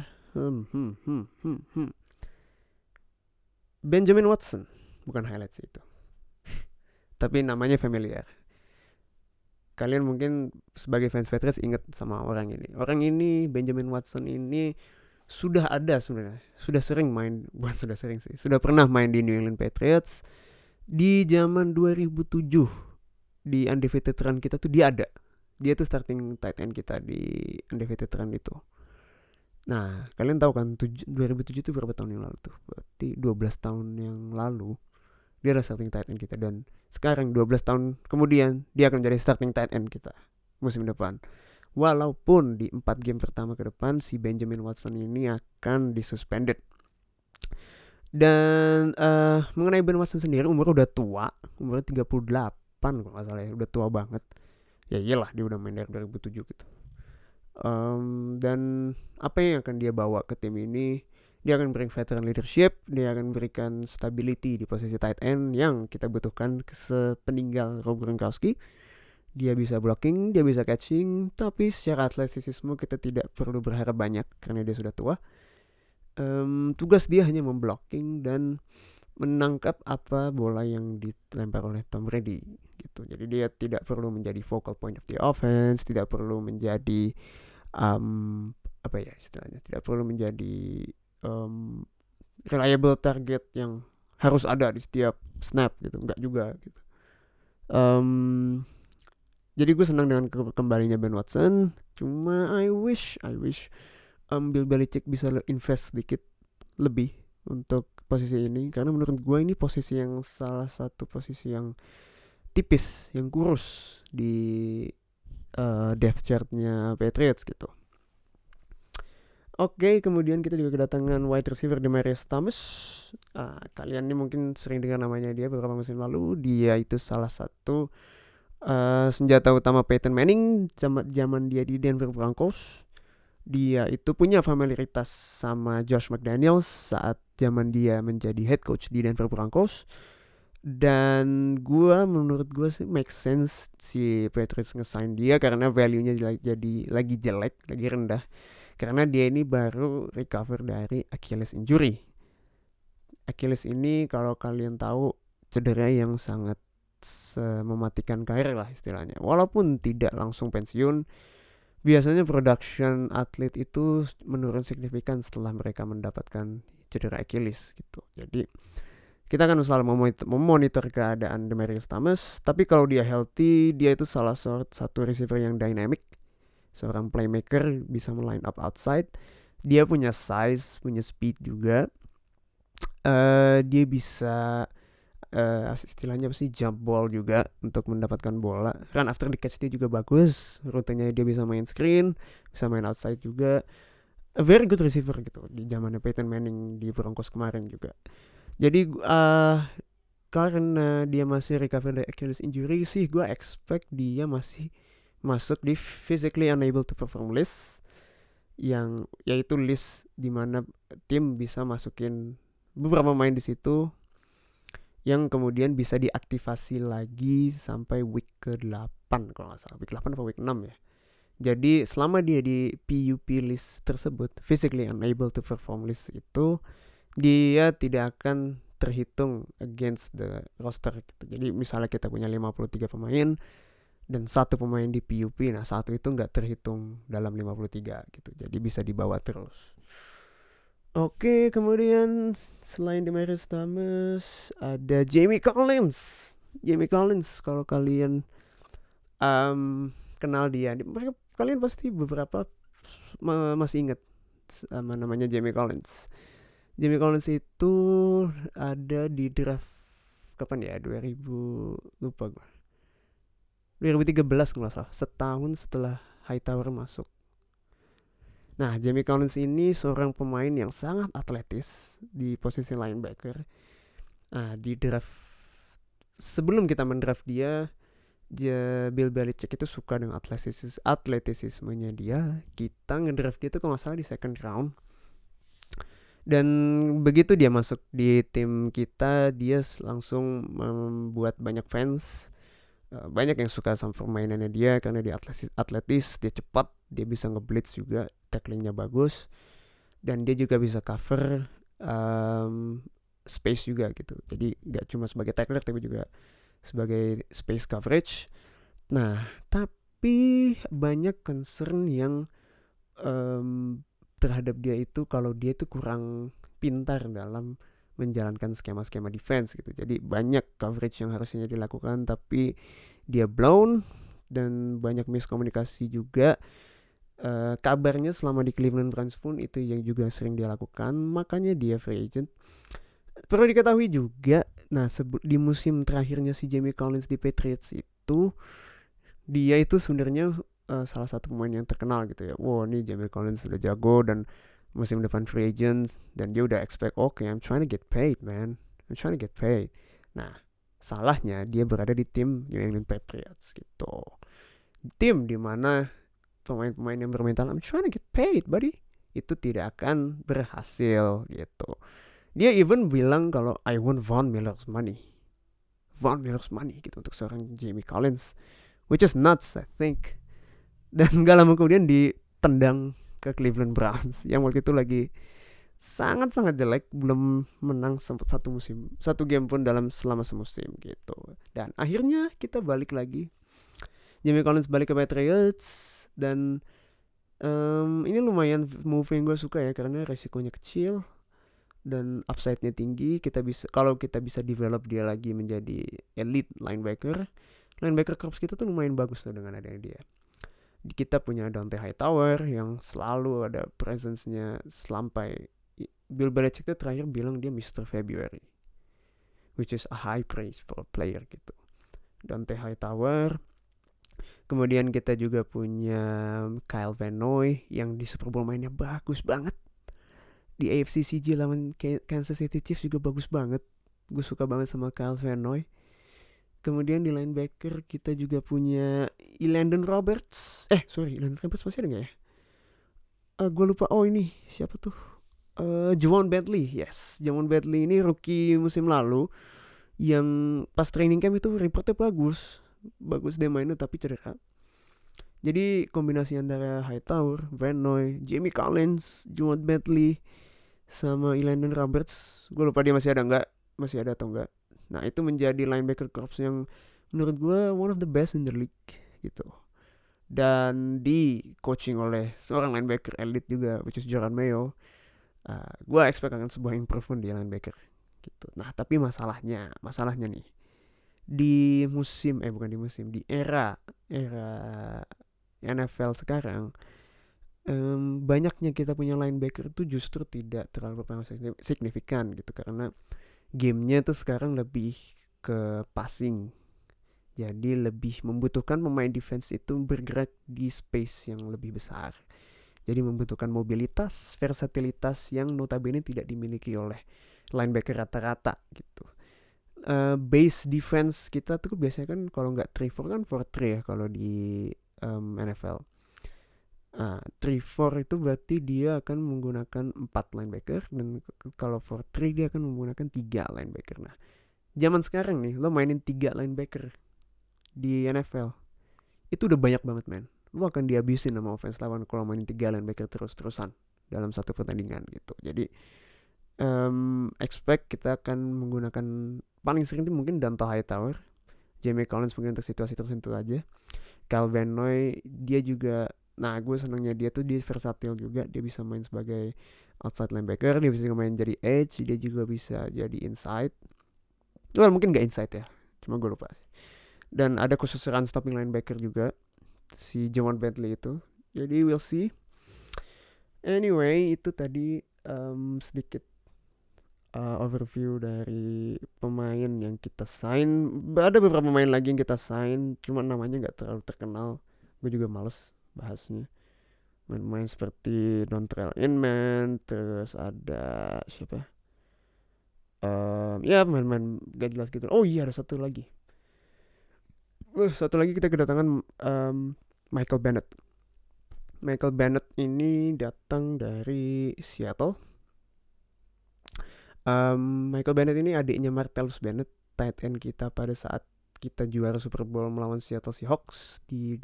Benjamin Watson. Bukan highlight sih itu. Tapi namanya familiar. Kalian mungkin sebagai fans Patriots ingat sama orang ini. Orang ini, Benjamin Watson ini sudah ada sebenarnya. Sudah pernah main di New England Patriots. Di zaman 2007 di undefeated run kita tuh dia ada. Dia tuh starting tight end kita di undefeated run itu. Nah, kalian tahu kan 2007 itu berapa tahun yang lalu tuh? Berarti 12 tahun yang lalu dia adalah starting tight end kita, dan sekarang 12 tahun kemudian dia akan jadi starting tight end kita musim depan. Walaupun di 4 game pertama ke depan si Benjamin Watson ini akan disuspended. Dan mengenai Ben Watson sendiri, umurnya udah tua, umurnya 38 kalau gak salah ya, udah tua banget. Ya iyalah, dia udah main dari 2007 gitu. Dan apa yang akan dia bawa ke tim ini? Dia akan bring veteran leadership, dia akan berikan stability di posisi tight end yang kita butuhkan sepeninggal Rob Gronkowski. Dia bisa blocking, dia bisa catching, tapi secara atletisisme kita tidak perlu berharap banyak karena dia sudah tua. Tugas dia hanya memblocking dan menangkap apa bola yang dilempar oleh Tom Brady gitu. Jadi dia tidak perlu menjadi focal point of the offense, tidak perlu menjadi apa ya istilahnya, tidak perlu menjadi reliable target yang harus ada di setiap snap gitu, enggak juga gitu. Jadi gue senang dengan kembalinya Ben Watson. Cuma I wish Bill Belichick bisa invest sedikit lebih untuk posisi ini, karena menurut gue ini posisi yang salah satu posisi yang tipis, yang kurus di depth chartnya Patriots gitu. Oke, kemudian kita juga kedatangan wide receiver Demaryius Thomas. Kalian ini mungkin sering dengar namanya dia beberapa musim lalu. Dia itu salah satu senjata utama Peyton Manning zaman dia di Denver Broncos. Dia itu punya familiaritas sama Josh McDaniels saat zaman dia menjadi head coach di Denver Broncos. Dan menurut gue sih make sense si Patriots nge-sign dia karena value-nya jadi lagi jelek, lagi rendah. Karena dia ini baru recover dari Achilles injury. Achilles ini kalau kalian tahu cedera yang sangat mematikan karir lah istilahnya. Walaupun tidak langsung pensiun, biasanya production atlet itu menurun signifikan setelah mereka mendapatkan cedera Achilles gitu. Jadi kita akan selalu memonitor keadaan Demaryius Thomas. Tapi kalau dia healthy, dia itu salah satu receiver yang dynamic, seorang playmaker, bisa line up outside. Dia punya size, punya speed juga. Dia bisa istilahnya apa sih, jump ball juga untuk mendapatkan bola. Run after the catch dia juga bagus. Rutenya dia bisa main screen, bisa main outside juga. A very good receiver gitu di zamannya Peyton Manning di Broncos kemarin juga. Jadi karena dia masih recover dari Achilles injury sih, gue expect dia masih masuk di physically unable to perform list, yang yaitu list dimana tim bisa masukin beberapa pemain di situ yang kemudian bisa diaktifasi lagi sampai week ke-8 kalau gak salah, week 8 atau week 6 ya. Jadi selama dia di PUP list tersebut, physically unable to perform list itu, dia tidak akan terhitung against the roster gitu. Jadi misalnya kita punya 53 pemain dan satu pemain di PUP, nah satu itu gak terhitung dalam 53 gitu. Jadi bisa dibawa terus. Oke, kemudian selain Demaryius Thomas ada Jamie Collins. Jamie Collins kalau kalian kenal dia, kalian pasti beberapa masih ingat sama namanya Jamie Collins. Jamie Collins itu ada di draft kapan ya? 2013 nggak salah, setahun setelah Hightower masuk. Nah, Jamie Collins ini seorang pemain yang sangat atletis di posisi linebacker. Nah, di draft sebelum kita mendraft dia, Bill Belichick itu suka dengan atletisismenya dia. Kita ngedraft dia itu kalau nggak salah di second round. Dan begitu dia masuk di tim kita, dia langsung membuat banyak fans. Banyak yang suka sama permainannya dia karena dia atletis, dia cepat, dia bisa ngeblitz juga, tacklingnya bagus, dan dia juga bisa cover space juga gitu. Jadi gak cuma sebagai tackler tapi juga sebagai space coverage. Nah, tapi banyak concern yang terhadap dia itu kalau dia itu kurang pintar dalam menjalankan skema-skema defense gitu. Jadi banyak coverage yang harusnya dilakukan tapi dia blown dan banyak miskomunikasi juga. Kabarnya selama di Cleveland Browns pun itu yang juga sering dia lakukan, makanya dia free agent. Perlu diketahui juga, nah di musim terakhirnya si Jamie Collins di Patriots itu, dia itu sebenarnya salah satu pemain yang terkenal gitu ya. Wow, nih Jamie Collins sudah jago dan musim depan free agent, dan dia udah expect, okay, I'm trying to get paid, man. I'm trying to get paid. Nah, salahnya dia berada di tim New England Patriots gitu. Tim dimana pemain-pemain yang bermental I'm trying to get paid, buddy, itu tidak akan berhasil gitu. Dia even bilang kalau I want Von Miller's money gitu untuk seorang Jamie Collins, which is nuts, I think. Dan gak lama kemudian ditendang ke Cleveland Browns yang waktu itu lagi sangat-sangat jelek, belum menang sempat satu game pun selama semusim gitu. Dan akhirnya kita balik lagi, Jamie Collins balik ke Patriots, dan ini lumayan move yang gue suka ya, karena resikonya kecil dan upside-nya tinggi. Kalau kita bisa develop dia lagi menjadi elite linebacker corps kita tuh lumayan bagus loh dengan adanya dia. Kita punya Dante Hightower yang selalu ada presence-nya sampai Bill Belichick tuh terakhir bilang dia Mr. February, which is a high praise for a player gitu. Dante Hightower. Kemudian kita juga punya Kyle Van Noy yang di Super Bowl mainnya bagus banget. Di AFC CJ lawan Kansas City Chiefs juga bagus banget. Gue suka banget sama Kyle Van Noy. Kemudian di linebacker kita juga punya Elandon Roberts. Elandon Roberts masih ada gak ya? Gue lupa. Oh ini siapa tuh? Javon Bentley. Yes, Javon Bentley ini rookie musim lalu yang pas training camp itu reportnya bagus dia mainnya tapi cedera. Jadi kombinasi antara Hightower, Van Noy, Jamie Collins, Javon Bentley sama Elandon Roberts, gue lupa dia masih ada atau enggak. Nah itu menjadi linebacker corps yang menurut gue one of the best in the league gitu. Dan di coaching oleh seorang linebacker elite juga, which is Jerod Mayo. Gue expect akan sebuah improvement di linebacker gitu. Nah tapi masalahnya nih, di era NFL sekarang, banyaknya kita punya linebacker itu justru tidak terlalu signifikan gitu, karena gamenya tuh sekarang lebih ke passing. Jadi lebih membutuhkan pemain defense itu bergerak di space yang lebih besar. Jadi membutuhkan mobilitas, versatilitas yang notabene tidak dimiliki oleh linebacker rata-rata gitu. Base defense kita tuh biasanya kan kalau nggak 3-4 kan 4-3 ya kalau di NFL. 3-4 itu berarti dia akan menggunakan 4 linebacker, dan kalau 4-3 dia akan menggunakan 3 linebacker. Nah, zaman sekarang nih lo mainin 3 linebacker di NFL itu udah banyak banget, men. Lo akan dihabisin sama offense lawan kalau mainin 3 linebacker terus-terusan dalam satu pertandingan gitu. Jadi expect kita akan menggunakan paling sering itu mungkin Dante Hightower, Jamie Collins mungkin untuk situasi tertentu aja. Kyle Van Noy dia juga, nah gue senangnya dia tuh dia versatil juga, dia bisa main sebagai outside linebacker, dia bisa main jadi edge, dia juga bisa jadi inside. Mungkin gak inside ya, cuma gue lupa. Dan ada khusus run stopping linebacker juga, si Javon Bentley itu. Jadi we'll see. Anyway, itu tadi sedikit overview dari pemain yang kita sign. Ada beberapa pemain lagi yang kita sign, cuma namanya gak terlalu terkenal. Gue juga males bahasnya. Main-main seperti Dontrell Inman, terus ada siapa? Ya main-main gak jelas gitu. Oh iya, ada satu lagi. Kita kedatangan Michael Bennett. Michael Bennett ini datang dari Seattle. Michael Bennett ini adiknya Martellus Bennett, tight end kita pada saat kita juara Super Bowl melawan Seattle Seahawks di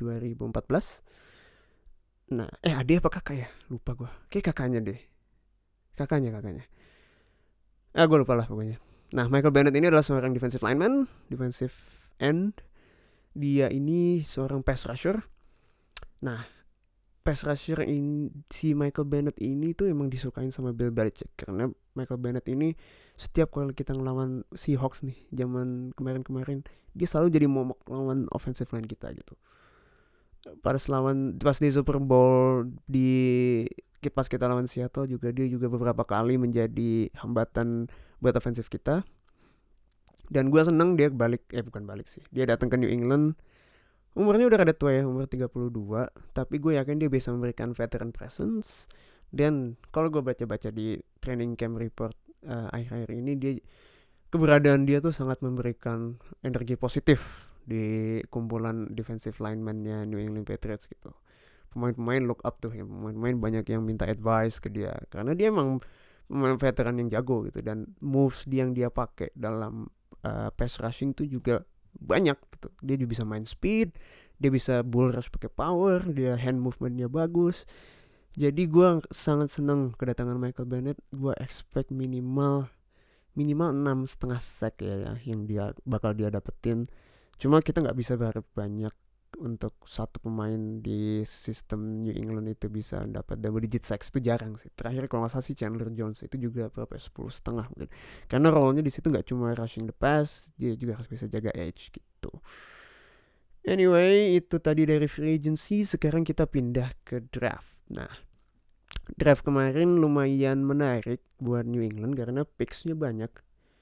2014. Nah, adik apa kakak ya? Lupa gue. Kayak kakaknya deh. Kakaknya. Gue lupa lah pokoknya. Nah, Michael Bennett ini adalah seorang defensive lineman, defensive end. Dia ini seorang pass rusher. Nah, pass rusher ini, si Michael Bennett ini tuh emang disukain sama Bill Belichick, karena Michael Bennett ini setiap kali kita ngelawan Seahawks nih zaman kemarin dia selalu jadi momok lawan offensive line kita gitu. Pas di Super Bowl pas kita lawan Seattle juga, dia juga beberapa kali menjadi hambatan buat offensive kita. Dan gue seneng dia dia datang ke New England. Umurnya udah rada tua ya, umur 32, tapi gue yakin dia bisa memberikan veteran presence. Dan kalau gue baca-baca di training camp report akhir-akhir ini, keberadaan dia tuh sangat memberikan energi positif di kumpulan defensive lineman-nya New England Patriots gitu. Pemain-pemain look up to him, pemain-pemain banyak yang minta advice ke dia, karena dia emang pemain veteran yang jago gitu. Dan moves yang dia pakai dalam pass rushing tuh juga banyak gitu. Dia juga bisa main speed, dia bisa bull rush pakai power, dia hand movementnya bagus. Jadi gue sangat senang kedatangan Michael Bennett. Gue expect minimal 6,5 sack ya yang bakal dia dapetin. Cuma kita nggak bisa berharap banyak untuk satu pemain di sistem New England itu bisa dapat double digit sacks, itu jarang sih. Terakhir kalau nggak salah sih Chandler Jones itu juga berapa 10,5 mungkin. Karena role-nya di situ nggak cuma rushing the pass, dia juga harus bisa jaga edge gitu. Anyway, itu tadi dari free agency. Sekarang kita pindah ke draft. Nah, draft kemarin lumayan menarik buat New England karena picks-nya banyak.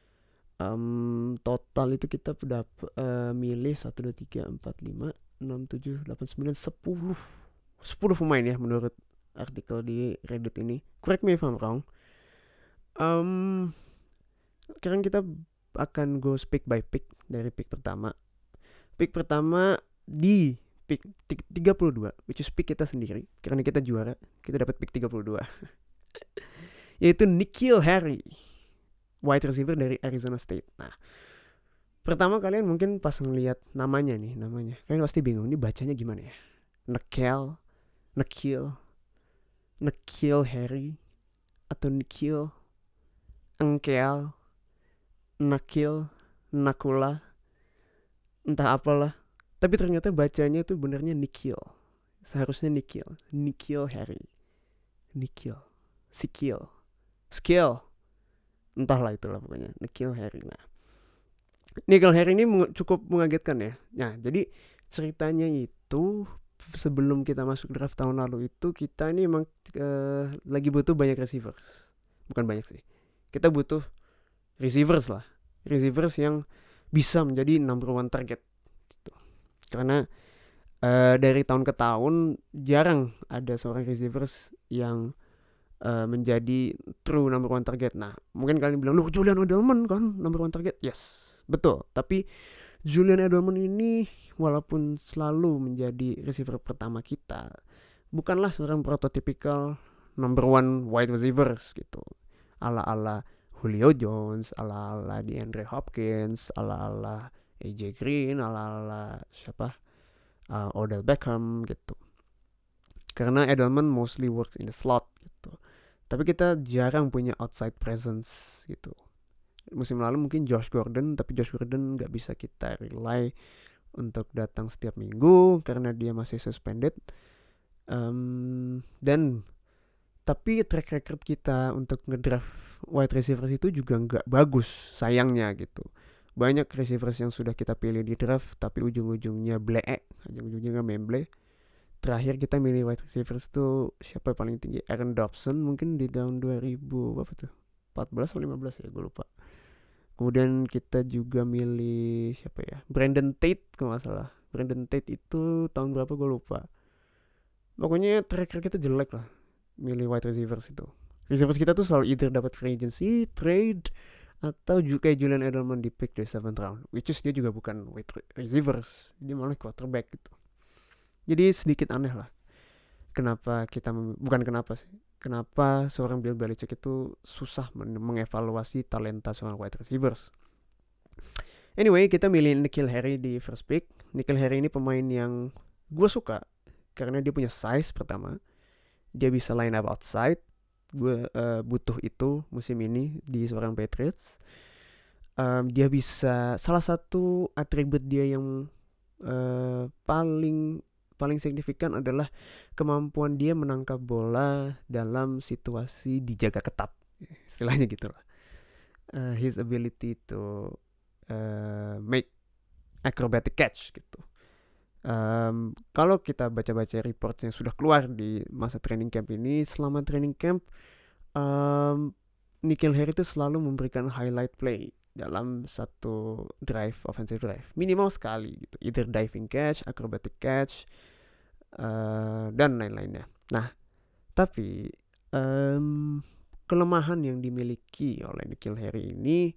Total itu kita milih 1, 2, 3, 4, 5, 6, 7, 8, 9, 10 pemain ya menurut artikel di Reddit ini. Correct me if I'm wrong. Sekarang kita akan go pick by pick dari pick pertama. Pick pertama di pick 32, which is pick kita sendiri. Karena kita juara, kita dapat pick 32. Yaitu N'Keal Harry, wide receiver dari Arizona State. Nah, pertama kalian mungkin pas ngelihat namanya, kalian pasti bingung ini bacanya gimana ya? N'Keal Harry atau N'Keal, Nakula, entah apalah. Tapi ternyata bacanya itu benernya N'Keal. Seharusnya N'Keal Harry. Skill. Entahlah itulah pokoknya N'Keal Harry. Nah, N'Keal Harry ini cukup mengagetkan ya. Nah, jadi ceritanya itu sebelum kita masuk draft tahun lalu itu kita ini emang lagi butuh banyak receivers. Bukan banyak sih. Kita butuh receivers yang bisa menjadi number one target gitu. Karena dari tahun ke tahun jarang ada seorang receivers yang menjadi true number one target. Nah, mungkin kalian bilang, Julian Edelman kan number one target. Yes, betul. Tapi Julian Edelman ini walaupun selalu menjadi receiver pertama kita, bukanlah seorang prototypical number one wide receivers gitu. Ala-ala Julio Jones, ala-ala DeAndre Hopkins, ala-ala AJ Green, ala-ala Odell Beckham gitu. Karena Edelman mostly works in the slot gitu. Tapi kita jarang punya outside presence gitu. Musim lalu mungkin Josh Gordon, tapi Josh Gordon gak bisa kita rely untuk datang setiap minggu karena dia masih suspended. Tapi track record kita untuk ngedraft wide receivers itu juga gak bagus, sayangnya gitu. Banyak receivers yang sudah kita pilih di draft tapi ujung-ujungnya ujung-ujungnya memble. Terakhir kita milih wide receivers tuh siapa yang paling tinggi? Aaron Dobson mungkin di tahun 2000 berapa tuh? 14 atau 15 ya, gue lupa. Kemudian kita juga milih siapa ya? Brandon Tate kalau nggak salah. Brandon Tate itu tahun berapa gue lupa. Pokoknya track record kita jelek lah milih wide receivers itu. Receivers kita tuh selalu either dapat free agency, trade, atau juga kayak Julian Edelman di pick dari 7th round, which is dia juga bukan wide receivers, dia malah quarterback gitu. Jadi sedikit aneh lah. Kenapa seorang Bill Belichick itu susah mengevaluasi talenta seorang wide receivers. Anyway, kita milih N'Keal Harry di first pick. N'Keal Harry ini pemain yang gue suka karena dia punya size pertama. Dia bisa line up outside. Gue butuh itu musim ini di seorang Patriots. Dia bisa, salah satu atribut dia yang paling paling signifikan adalah kemampuan dia menangkap bola dalam situasi dijaga ketat, istilahnya gitu lah. His ability to make acrobatic catch gitu. Kalau kita baca-baca report yang sudah keluar di masa training camp ini, selama training camp N'Keal Harry itu selalu memberikan highlight play dalam satu drive, offensive drive, minimal sekali gitu, either diving catch, acrobatic catch, dan lain-lainnya. Nah, tapi kelemahan yang dimiliki oleh N'Keal Harry ini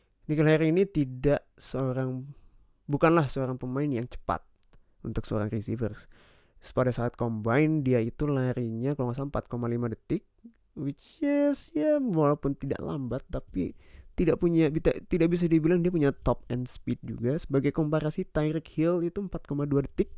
bukanlah seorang pemain yang cepat untuk seorang receivers. Pada saat combine dia itu larinya kalau nggak salah 4,5 detik, which is walaupun tidak lambat tapi tidak bisa dibilang dia punya top end speed juga. Sebagai komparasi, Tyreek Hill itu 4,2 detik.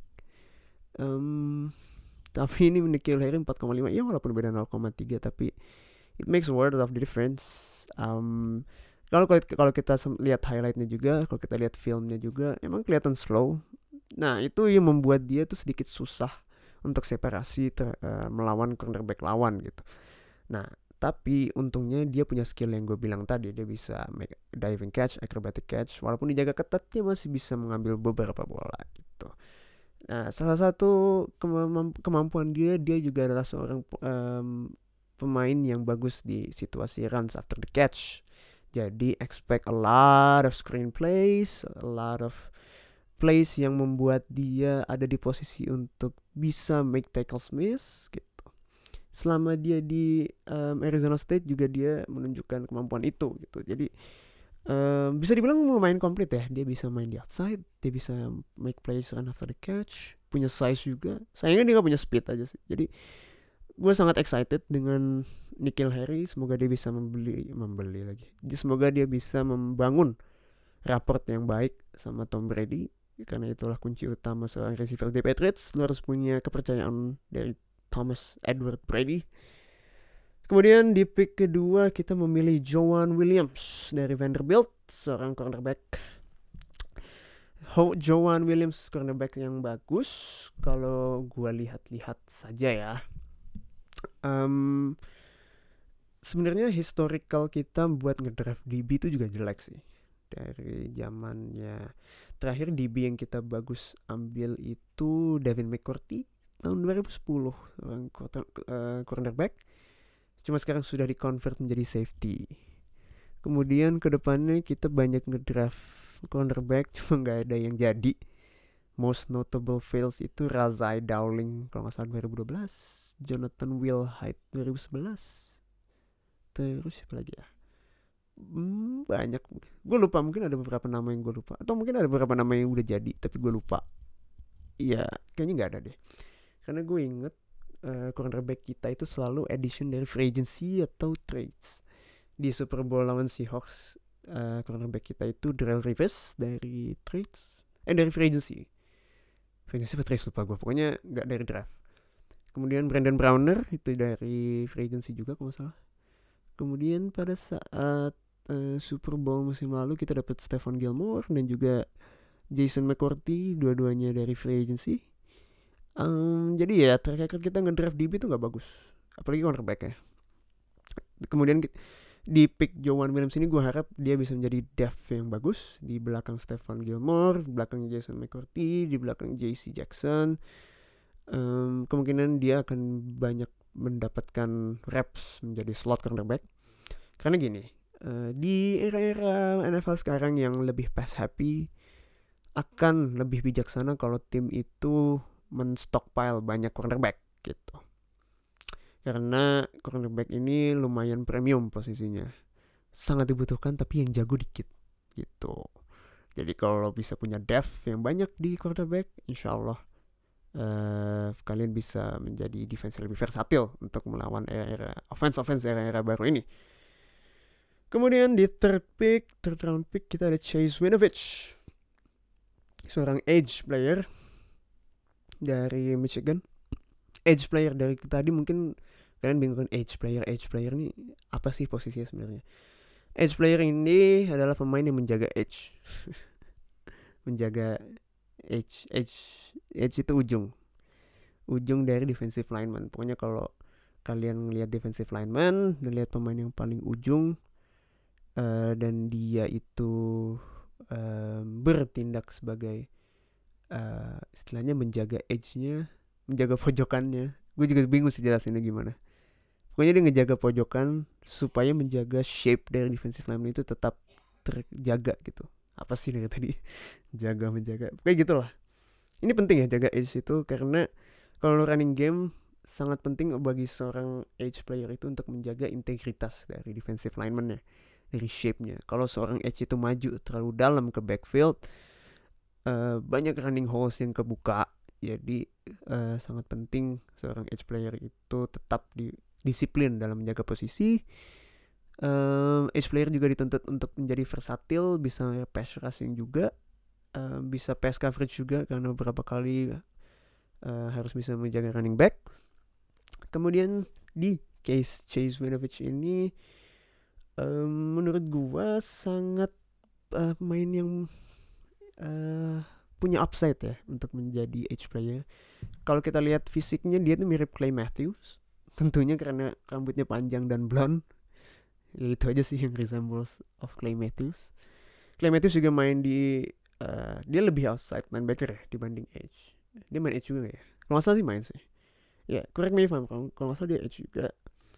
Tapi ini N'Keal Harry 4,5, ya walaupun beda 0,3 tapi it makes a world of difference. Kalau kita lihat highlightnya juga, kalau kita lihat filmnya juga, emang kelihatan slow. Nah, itu yang membuat dia tuh sedikit susah untuk separasi melawan cornerback lawan gitu. Nah, tapi untungnya dia punya skill yang gue bilang tadi. Dia bisa make diving catch, acrobatic catch. Walaupun dijaga ketat, dia masih bisa mengambil beberapa bola gitu. Nah, salah satu kemampuan dia juga adalah seorang pemain yang bagus di situasi runs after the catch. Jadi expect a lot of screen plays, a lot of plays yang membuat dia ada di posisi untuk bisa make tackles miss gitu. Selama dia di Arizona State juga dia menunjukkan kemampuan itu gitu. Jadi bisa dibilang lumayan komplit ya. Dia bisa main di outside, dia bisa make plays run after the catch, punya size juga. Sayangnya dia gak punya speed aja sih. Jadi gue sangat excited dengan N'Keal Harry. Semoga dia bisa membeli lagi. Semoga dia bisa membangun rapport yang baik sama Tom Brady, karena itulah kunci utama seorang receiver di Patriots. Lu harus punya kepercayaan dari Thomas Edward Brady. Kemudian di pick kedua kita memilih Joejuan Williams dari Vanderbilt, seorang cornerback. Joejuan Williams cornerback yang bagus kalau gue lihat-lihat saja ya. Sebenarnya historical kita buat ngedraft DB itu juga jelek sih. Dari zamannya terakhir DB yang kita bagus ambil itu Devin McCourty tahun 2010, orang cornerback. Cuma sekarang sudah di-convert menjadi safety. Kemudian kedepannya kita banyak ngedraft cornerback, cuma nggak ada yang jadi. Most notable fails itu Razai Dowling kalau nggak salah 2012, Jonathan Wilhite 2011. Terus siapa lagi ya? Banyak, gue lupa, mungkin ada beberapa nama yang gue lupa, atau mungkin ada beberapa nama yang udah jadi tapi gue lupa. Iya, kayaknya nggak ada deh, karena gue inget cornerback kita itu selalu addition dari free agency atau trades. Di Super Bowl lawan Seahawks, cornerback kita itu Darrelle Revis dari trades, dari free agency apa trades lupa gue, pokoknya nggak dari draft. Kemudian Brandon Browner itu dari free agency juga kalau nggak salah. Kemudian pada saat Super Bowl musim lalu kita dapat Stephon Gilmore dan juga Jason McCourty, dua-duanya dari free agency. Jadi ya terakhir kita ngedraft DB itu nggak bagus, apalagi cornerback ya. Kemudian di pick Joejuan Williams ini gue harap dia bisa menjadi depth yang bagus di belakang Stephon Gilmore, di belakang Jason McCourty, di belakang JC Jackson. Kemungkinan dia akan banyak mendapatkan reps menjadi slot cornerback. Karena gini, di era-era NFL sekarang yang lebih pass happy, akan lebih bijaksana kalau tim itu men-stockpile banyak cornerback gitu. Karena cornerback ini lumayan premium posisinya, sangat dibutuhkan tapi yang jago dikit gitu. Jadi kalau bisa punya depth yang banyak di cornerback, insya Allah kalian bisa menjadi defense lebih versatil untuk melawan era offense era baru ini. Kemudian di third round pick kita ada Chase Winovich, seorang edge player dari Michigan. Edge player dari tadi mungkin kalian bingung kan, edge player ini apa sih posisinya sebenarnya? Edge player ini adalah pemain yang menjaga edge. Menjaga edge itu ujung. ujung dari defensive lineman. Pokoknya kalau kalian lihat defensive lineman dan lihat pemain yang paling ujung dan dia itu bertindak sebagai istilahnya menjaga edge-nya, menjaga pojokannya. Gue juga bingung sih jelasinnya gimana. Pokoknya dia ngejaga pojokan supaya menjaga shape dari defensive lineman itu tetap terjaga gitu. Apa sih dari tadi? Menjaga. Kayak gitulah. Ini penting ya jaga edge itu, karena kalau running game sangat penting bagi seorang edge player itu untuk menjaga integritas dari defensive lineman-nya, dari shape-nya. Kalau seorang edge itu maju terlalu dalam ke backfield, banyak running holes yang kebuka. Jadi sangat penting seorang edge player itu tetap disiplin dalam menjaga posisi. Edge player juga dituntut untuk menjadi versatil, bisa pass rushing juga, bisa pass coverage juga karena beberapa kali harus bisa menjaga running back. Kemudian di case Chase Winovich ini menurut gua sangat pemain yang punya upside ya untuk menjadi edge player. Kalau kita lihat fisiknya, dia tuh mirip Clay Matthews, tentunya karena rambutnya panjang dan blonde. Ya, itu aja sih yang resembles of Clay Matthews. Clay Matthews juga main di dia lebih outside linebacker ya dibanding edge. Dia main edge juga ya, kalau nggak salah sih main sih. Ya, correct me if I'm wrong, kalau nggak salah dia edge juga.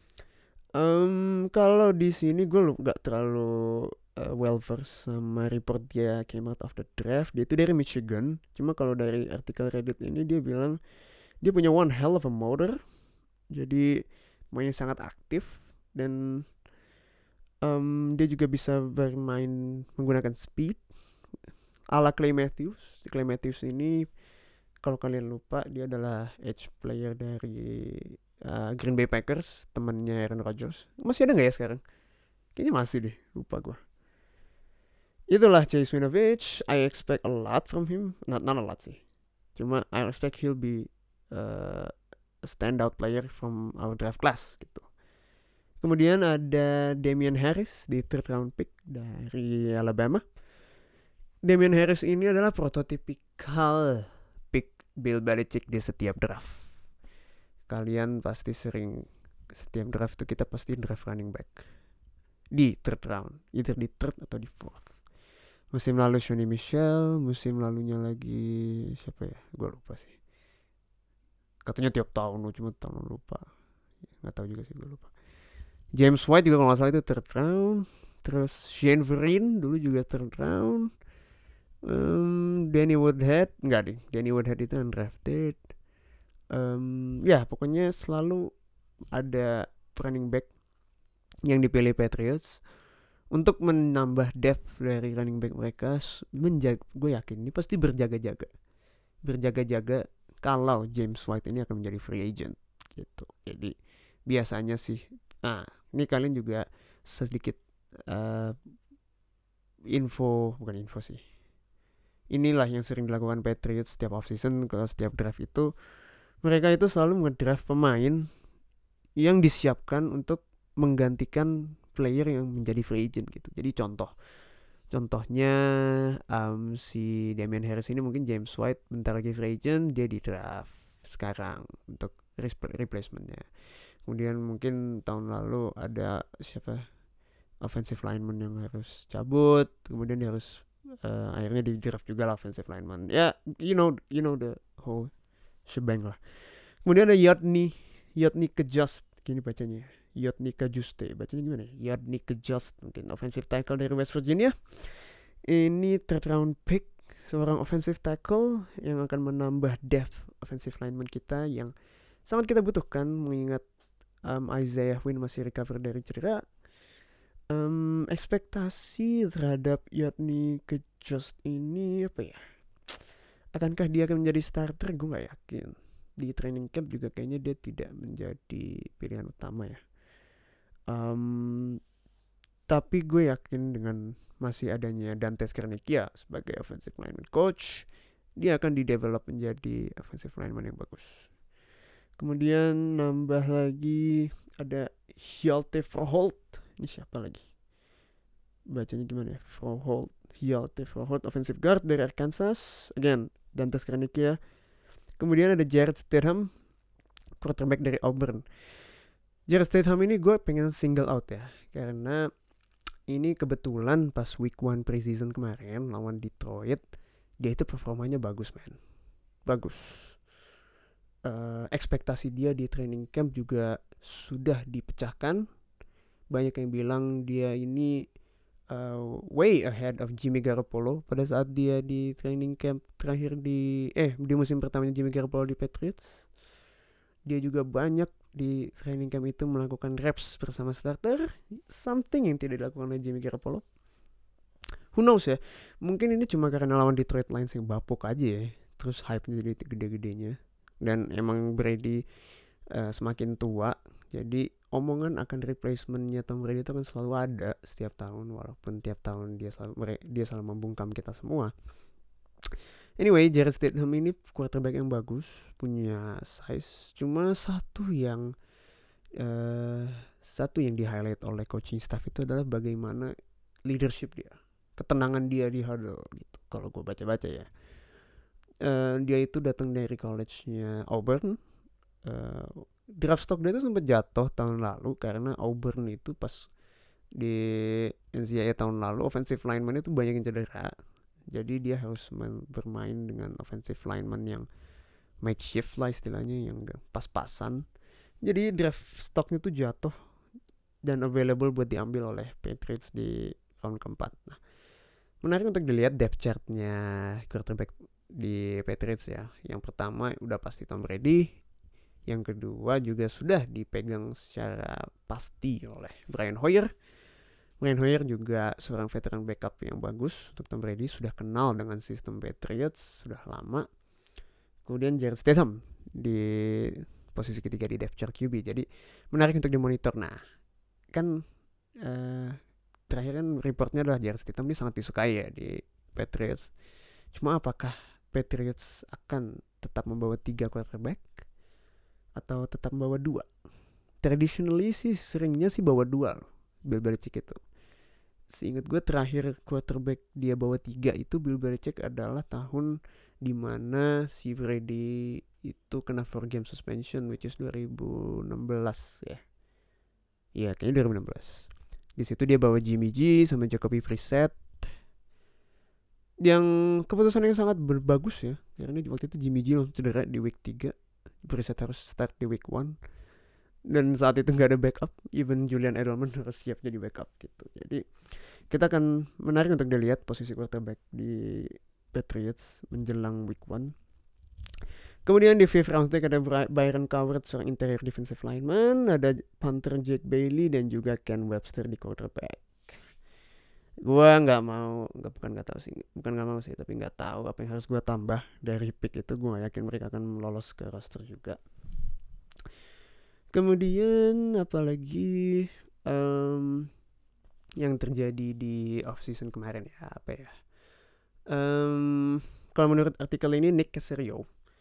Kalau di sini gue nggak terlalu well versed sama report dia came out of the draft. Dia itu dari Michigan. Cuma kalau dari artikel Reddit ini dia bilang dia punya one hell of a motor. Jadi mainnya sangat aktif dan dia juga bisa bermain menggunakan speed ala Clay Matthews. Clay Matthews ini kalau kalian lupa, dia adalah edge player dari Green Bay Packers, temannya Aaron Rodgers. Masih ada nggak ya sekarang? Kayaknya masih deh, lupa gue. Itulah Chase Winovich. I expect a lot from him. Not a lot sih. Cuma I expect he'll be a standout player from our draft class gitu. Kemudian ada Damian Harris di third round pick dari Alabama. Damian Harris ini adalah prototipikal pick Bill Belichick di setiap draft. Kalian pasti sering, setiap draft itu kita pasti draft running back di third round, either di third atau di fourth. Musim lalu Sonny Michel, musim lalunya lagi siapa ya, gue lupa sih. Katanya tiap tahun, cuma tahun lupa, nggak tahu juga sih, gue lupa. James White juga kalau nggak salah itu third round. Terus Shane Vereen dulu juga third round. Danny Woodhead enggak deh, Danny Woodhead itu undrafted. Ya pokoknya selalu ada running back yang dipilih Patriots untuk menambah depth dari running back mereka. Gue yakin ini pasti berjaga-jaga kalau James White ini akan menjadi free agent gitu. Jadi biasanya sih, ini kalian juga sedikit bukan info sih. Inilah yang sering dilakukan Patriots setiap offseason. Kalau setiap draft itu mereka itu selalu ngedraft pemain yang disiapkan untuk menggantikan player yang menjadi free agent gitu. Jadi contohnya si Damian Harris ini mungkin James White bentar lagi free agent, dia di draft sekarang untuk replacementnya. Kemudian mungkin tahun lalu ada siapa offensive lineman yang harus cabut, kemudian dia harus akhirnya di draft juga lah offensive lineman. Ya, you know the whole shebang lah. Kemudian ada Yodny Kajust, gini bacanya. Yodny Kajuste, bacanya gimana? Yodny Kajust, mungkin offensive tackle dari West Virginia. Ini third round pick, seorang offensive tackle yang akan menambah depth offensive lineman kita yang sangat kita butuhkan, mengingat Isaiah Wynn masih recover dari cedera. Ekspektasi terhadap Yodny Kajust ini apa ya? Akankah dia akan menjadi starter? Gue gak yakin. Di training camp juga kayaknya dia tidak menjadi pilihan utama ya. Tapi gue yakin dengan masih adanya Dante Scarnecchia sebagai offensive lineman coach, dia akan didevelop menjadi offensive lineman yang bagus. Kemudian nambah lagi ada Hjalte Froholt. Ini siapa lagi? Bacanya gimana ya? Hjalte Froholt, offensive guard dari Arkansas. Again, Dante Scarnecchia Kemudian ada Jared Stidham, quarterback dari Auburn. Jared Stidham ini gue pengen single out ya, karena ini kebetulan pas week 1 preseason kemarin lawan Detroit, dia itu performanya bagus men. Bagus. Ekspektasi dia di training camp juga sudah dipecahkan. Banyak yang bilang dia ini way ahead of Jimmy Garoppolo pada saat dia di training camp terakhir di musim pertamanya Jimmy Garoppolo di Patriots. Dia juga banyak di training camp itu melakukan reps bersama starter, something yang tidak dilakukan oleh Jimmy Garoppolo. Who knows ya, mungkin ini cuma karena lawan Detroit Lions yang bapuk aja ya, terus hype-nya jadi gede-gedenya. Dan emang Brady semakin tua, jadi omongan akan replacementnya Tom Brady itu kan selalu ada setiap tahun, walaupun tiap tahun dia selalu membungkam kita semua. Anyway, Jared Stidham ini quarterback yang bagus, punya size. Cuma satu yang di highlight oleh coaching staff itu adalah bagaimana leadership dia, ketenangan dia di huddle gitu. Kalau gue baca-baca ya, dia itu datang dari college-nya Auburn. Draft stock dia itu sempat jatuh tahun lalu karena Auburn itu pas di NCAA tahun lalu offensive lineman itu banyak yang cedera. Jadi dia harus bermain dengan offensive lineman yang makeshift lah istilahnya, yang pas-pasan. Jadi draft stocknya tuh jatuh dan available buat diambil oleh Patriots di round keempat. Nah, menarik untuk dilihat depth chartnya quarterback di Patriots ya. Yang pertama udah pasti Tom Brady. Yang kedua juga sudah dipegang secara pasti oleh Brian Hoyer. Brian Hoyer juga seorang veteran backup yang bagus untuk Tom Brady, sudah kenal dengan sistem Patriots sudah lama. Kemudian Jared Stidham di posisi ketiga di depth chart QB. Jadi menarik untuk dimonitor. Nah, kan terakhir kan reportnya adalah Jared Stidham ini sangat disukai ya di Patriots. Cuma apakah Patriots akan tetap membawa 3 quarterback atau tetap membawa 2? Traditionally sih seringnya sih bawa 2 loh, Bill Belichick itu. Seingat gue terakhir quarterback dia bawa 3 itu Bill Belichick adalah tahun dimana si Brady itu kena 4 game suspension, which is 2016 ya. Iya kayaknya 2016. Di situ dia bawa Jimmy G sama Jacoby Brissett, yang keputusan yang sangat bagus ya, karena waktu itu Jimmy G langsung cedera di week 3, Brissett harus start di week 1. Dan saat itu gak ada backup, even Julian Edelman harus siap jadi backup gitu. Jadi kita akan menarik untuk dilihat posisi quarterback di Patriots menjelang week 1. Kemudian di 5th round pick ada Byron Cowart, seorang interior defensive lineman. Ada punter Jake Bailey dan juga Ken Webster di quarterback. Gua bukan nggak mau sih, tapi nggak tahu apa yang harus gua tambah dari pick itu. Gua yakin mereka akan lolos ke roster juga. Kemudian apalagi yang terjadi di off season kemarin ya, apa ya? Kalau menurut artikel ini Nick Caserio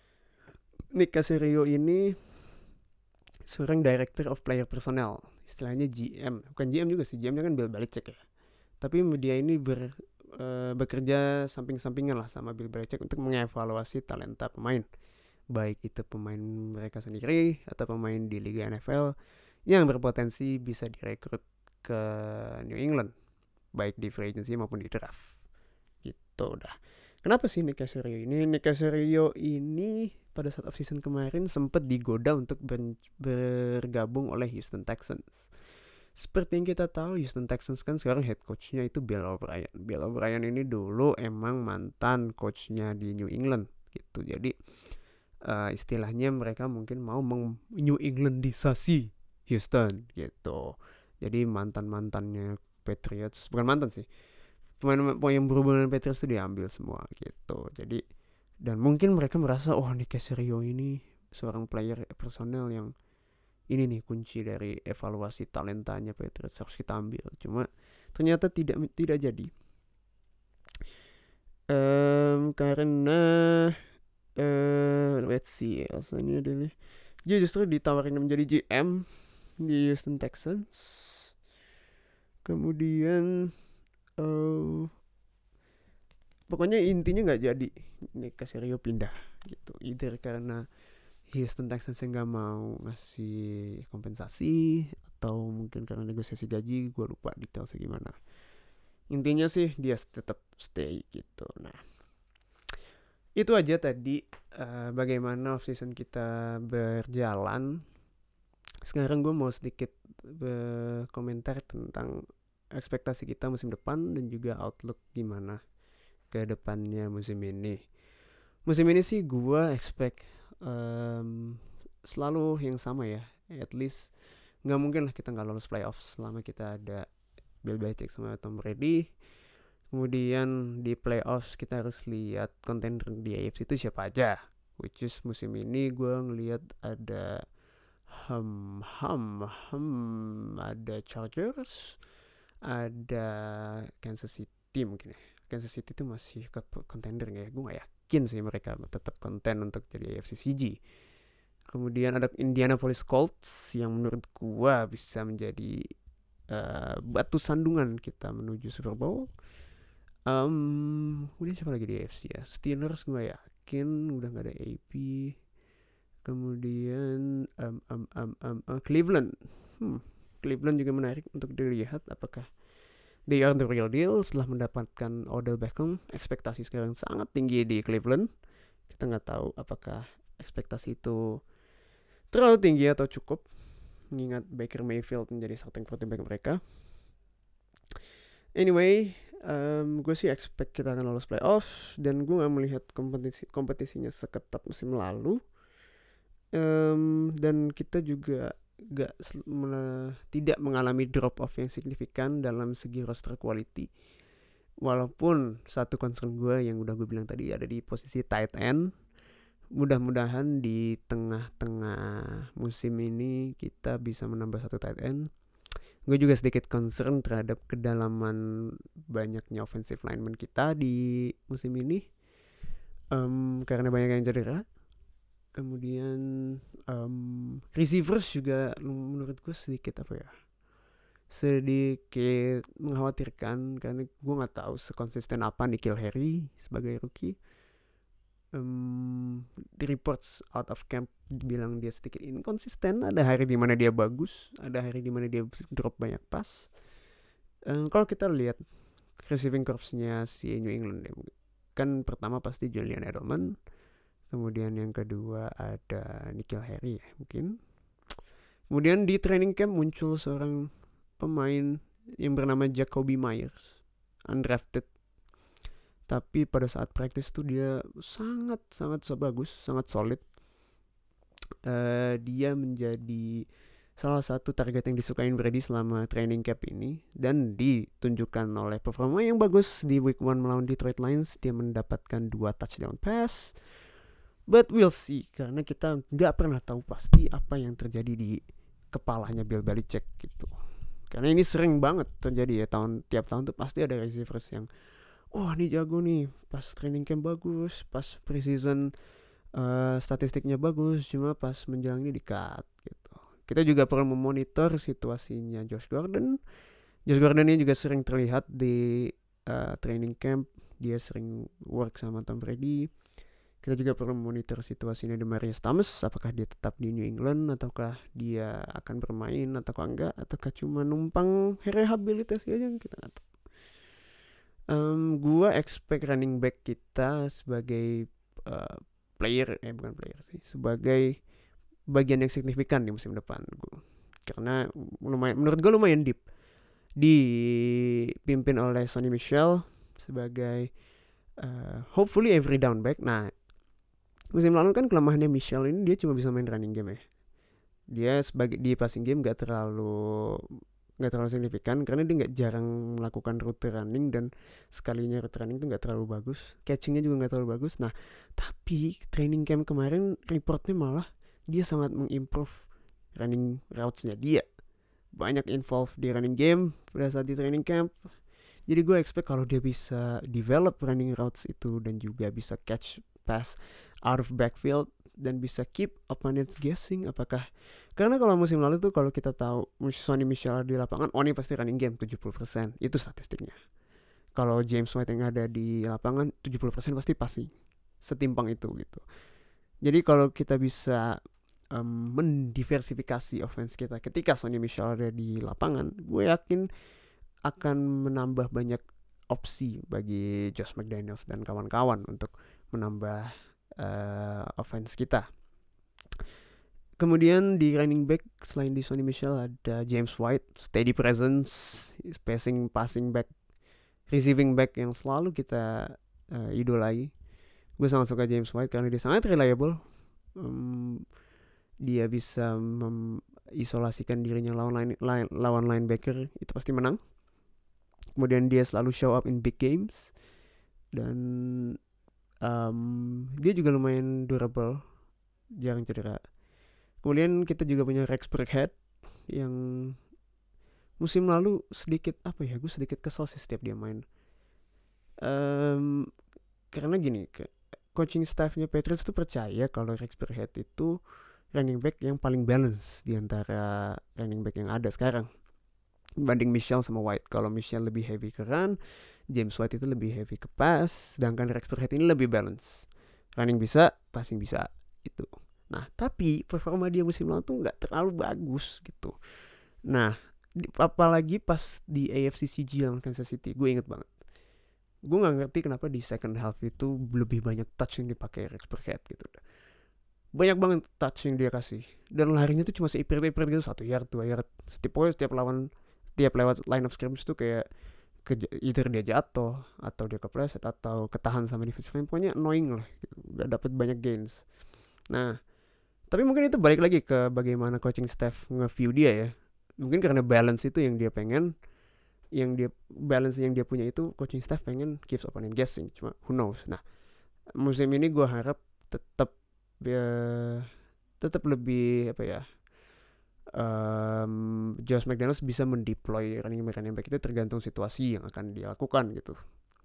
ini seorang director of player personnel, istilahnya GM. Bukan GM juga sih, GM-nya kan Bill Belichick ya. Tapi dia ini bekerja samping-sampingan lah sama Bill Belichick untuk mengevaluasi talenta pemain, baik itu pemain mereka sendiri atau pemain di Liga NFL yang berpotensi bisa direkrut ke New England, baik di free agency maupun di draft gitu dah. Kenapa sih Nick Caserio ini? Nick Caserio ini pada saat off season kemarin sempat digoda untuk bergabung oleh Houston Texans. Seperti yang kita tahu, Houston Texans kan sekarang head coachnya itu Bill O'Brien. Bill O'Brien ini dulu emang mantan coachnya di New England gitu. Jadi istilahnya mereka mungkin mau New Englandisasi Houston gitu. Jadi mantannya Patriots, bukan mantan sih, pemain yang berhubungan dengan Patriots itu diambil semua gitu. Jadi dan mungkin mereka merasa Nick Caserio ini seorang player personel yang ini nih kunci dari evaluasi talentanya Patriots, harus kita ambil. Cuma ternyata tidak jadi. Karena let's see, alasannya adalah dia justru ditawarin menjadi GM di Houston Texans. Kemudian pokoknya intinya nggak jadi Nick Caserio pindah gitu. Either karena Houston Texans yang gak mau ngasih kompensasi, atau mungkin karena negosiasi gaji, gue lupa detailnya gimana. Intinya sih dia tetap stay gitu. Nah, itu aja tadi bagaimana off season kita berjalan. Sekarang gue mau sedikit berkomentar tentang ekspektasi kita musim depan dan juga outlook gimana ke depannya musim ini. Musim ini sih gue expect selalu yang sama ya. At least gak mungkin lah kita gak lolos playoffs selama kita ada Bill Belichick sama Tom Brady. Kemudian di playoffs kita harus lihat kontender di AFC itu siapa aja. Which is musim ini gue ngelihat ada ada Chargers, ada Kansas City mungkin ya. Kansas City itu masih contender nggak ya? Gue nggak yakin sih mereka tetap konten untuk jadi AFC CG. Kemudian ada Indianapolis Colts yang menurut gue bisa menjadi batu sandungan kita menuju Super Bowl. Kemudian siapa lagi di AFC ya? Steelers gue yakin udah nggak ada AP. Kemudian Cleveland. Cleveland juga menarik untuk dilihat apakah they are the real deal setelah mendapatkan Odell Beckham. Ekspektasi sekarang sangat tinggi di Cleveland. Kita nggak tahu apakah ekspektasi itu terlalu tinggi atau cukup, mengingat Baker Mayfield menjadi starting quarterback mereka. Anyway, gue sih expect kita akan lolos playoff, dan gue gak melihat kompetisinya seketat musim lalu. Dan kita juga tidak mengalami drop off yang signifikan dalam segi roster quality. Walaupun satu concern gue yang udah gue bilang tadi ada di posisi tight end. Mudah-mudahan di tengah-tengah musim ini kita bisa menambah satu tight end. Gue juga sedikit concern terhadap kedalaman banyaknya offensive lineman kita di musim ini, karena banyak yang cedera. Kemudian receivers juga menurut gue sedikit mengkhawatirkan, karena gue nggak tahu sekonsisten apa N'Keal Harry sebagai rookie. Di reports out of camp bilang dia sedikit inkonsisten. Ada hari di mana dia bagus, ada hari di mana dia drop banyak pass. Kalau kita lihat receiving corps-nya si New England ya, kan pertama pasti Julian Edelman, kemudian yang kedua ada N'Keal Harry ya mungkin. Kemudian di training camp muncul seorang pemain yang bernama Jacoby Myers, undrafted. Tapi pada saat practice tuh dia sangat bagus, sangat solid. Dia menjadi salah satu target yang disukain Brady selama training camp ini, dan ditunjukkan oleh performa yang bagus di week 1 melawan Detroit Lions. Dia mendapatkan 2 touchdown pass. But we'll see, karena kita gak pernah tahu pasti apa yang terjadi di kepalanya Bill Belichick gitu. Karena ini sering banget terjadi ya, tiap tahun tuh pasti ada receivers yang ini jago nih, pas training camp bagus, pas preseason statistiknya bagus, cuma pas menjalani di-cut gitu. Kita juga perlu memonitor situasinya Josh Gordon. Josh Gordon ini juga sering terlihat di training camp, dia sering work sama Tom Brady. Kita juga perlu memonitor situasinya Demaryius Thomas, apakah dia tetap di New England, ataukah dia akan bermain ataukah enggak, ataukah cuma numpang rehabilitasi aja, kita nggak tahu. Gua expect running back kita sebagai sebagai bagian yang signifikan di musim depan. Karena menurut gue lumayan deep. Dipimpin oleh Sonny Michel sebagai hopefully every down back. Nah, musim lalu kan kelemahannya Michel ini dia cuma bisa main running game ya. Dia sebagai di passing game gak terlalu signifikan, karena dia jarang melakukan route running, dan sekalinya route running itu gak terlalu bagus, catchingnya juga gak terlalu bagus. Nah, tapi training camp kemarin reportnya malah dia sangat mengimprove running routes-nya. Dia banyak involved di running game pada saat di training camp. Jadi gue expect kalau dia bisa develop running routes itu, dan juga bisa catch pass out of backfield, dan bisa keep opponents guessing apakah, karena kalau musim lalu tuh kalau kita tahu Sonny Michel di lapangan, ini pasti running game 70%, itu statistiknya. Kalau James White yang ada di lapangan 70% pasti passing, setimpang itu gitu. Jadi kalau kita bisa mendiversifikasi offense kita ketika Sonny Michel ada di lapangan, gue yakin akan menambah banyak opsi bagi Josh McDaniels dan kawan-kawan untuk menambah offense kita. Kemudian di running back selain di Sonny Michel ada James White, steady presence, passing back, receiving back yang selalu kita idolai. Gue sangat suka James White karena dia sangat reliable. Dia bisa mengisolasikan dirinya lawan linebacker, itu pasti menang. Kemudian dia selalu show up in big games. Dan dia juga lumayan durable, jarang cedera. Kemudian kita juga punya Rex Burkhead yang musim lalu gue sedikit kesel sih setiap dia main. Karena gini, coaching staffnya Patriots tuh percaya kalau Rex Burkhead itu running back yang paling balance di antara running back yang ada sekarang banding Michel sama White. Kalau Michel lebih heavy ke run, James White itu lebih heavy ke pass, sedangkan Rex Burkhead ini lebih balance, running bisa, passing bisa itu. Nah tapi performa dia musim lalu tuh nggak terlalu bagus gitu. Nah apalagi pas di AFC CG lawan Kansas City, gue inget banget, gue nggak ngerti kenapa di second half itu lebih banyak touch yang dipakai Rex Burkhead gitu. Banyak banget touch yang dia kasih, dan larinya tuh cuma seiprit-iprit gitu, 1 yard 2 yard. Setiap lewat line of scrimmage tuh kayak either dia jatuh atau dia kepleset atau ketahan sama defensive line. Pokoknya annoying lah gitu, gak dapet banyak gains. Nah tapi mungkin itu balik lagi ke bagaimana coaching staff nge-view dia ya. Mungkin karena balance itu yang dia pengen, balance yang dia punya itu coaching staff pengen keeps opponent guessing. Cuma who knows. Nah musim ini gue harap tetap lebih Josh McDaniels bisa mendeploy running back itu tergantung situasi yang akan dilakukan gitu.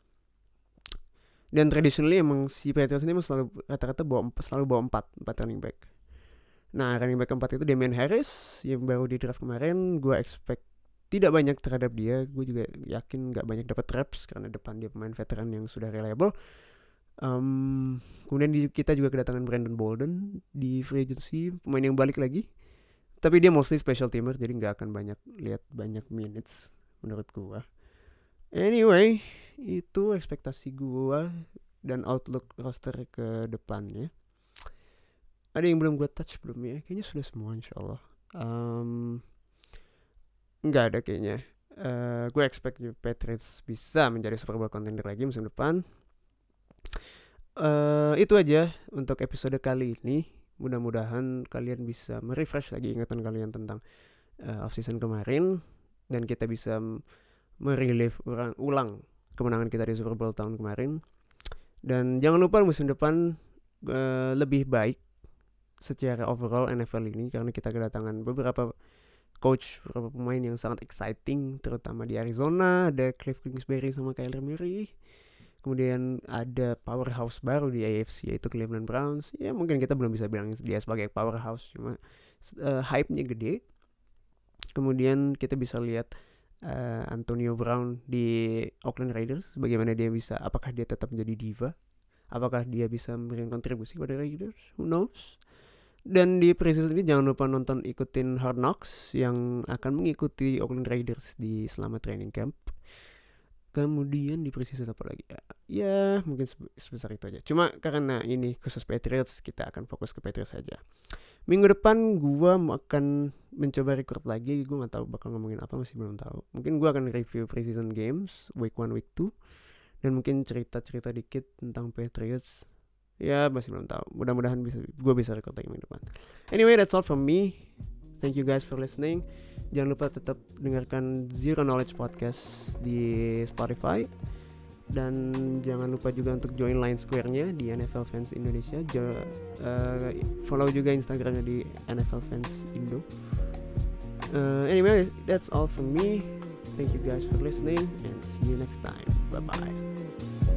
Dan traditionally emang si Patriots ini selalu rata-rata bawa 4 running back. Nah running back keempat itu Damien Harris yang baru di draft kemarin. Gue expect tidak banyak terhadap dia. Gue juga yakin gak banyak dapat reps karena depan dia pemain veteran yang sudah reliable. Kemudian kita juga kedatangan Brandon Bolden di free agency, pemain yang balik lagi, tapi dia mostly special teamer, jadi nggak akan lihat banyak minutes menurut gua. Anyway, itu ekspektasi gua dan outlook roster ke depannya. Ada yang belum gua touch belum ya? Kayaknya sudah semua insyaallah. Nggak ada kayaknya. Gue expect Patriots bisa menjadi Super Bowl contender lagi musim depan. Itu aja untuk episode kali ini. Mudah-mudahan kalian bisa merefresh lagi ingatan kalian tentang off-season kemarin, dan kita bisa merelive ulang kemenangan kita di Super Bowl tahun kemarin. Dan jangan lupa musim depan lebih baik secara overall NFL ini, karena kita kedatangan beberapa pemain yang sangat exciting, terutama di Arizona ada Cliff Kingsbury sama Kyler Murray. Kemudian ada powerhouse baru di AFC yaitu Cleveland Browns. Ya mungkin kita belum bisa bilang dia sebagai powerhouse, cuma hype-nya gede. Kemudian kita bisa lihat Antonio Brown di Oakland Raiders, bagaimana dia bisa, apakah dia tetap menjadi diva, apakah dia bisa memberikan kontribusi pada Raiders, who knows. Dan di preseason ini jangan lupa ikutin Hard Knocks yang akan mengikuti Oakland Raiders di selama training camp. Kemudian di preseason apa lagi ya mungkin sebesar itu aja. Cuma karena ini khusus Patriots, kita akan fokus ke Patriots saja. Minggu depan gue akan mencoba record lagi. Gue gak tahu bakal ngomongin apa, masih belum tahu. Mungkin gue akan review preseason games week 1, week 2, dan mungkin cerita-cerita dikit tentang Patriots. Ya masih belum tahu. Mudah-mudahan gue bisa record lagi minggu depan. Anyway, that's all from me. Thank you guys for listening. Jangan lupa tetap dengarkan Zero Knowledge Podcast di Spotify. Dan jangan lupa juga untuk join Line Square-nya di NFL Fans Indonesia. Follow juga Instagramnya di NFL Fans Indo. Anyway, that's all from me. Thank you guys for listening and see you next time. Bye-bye.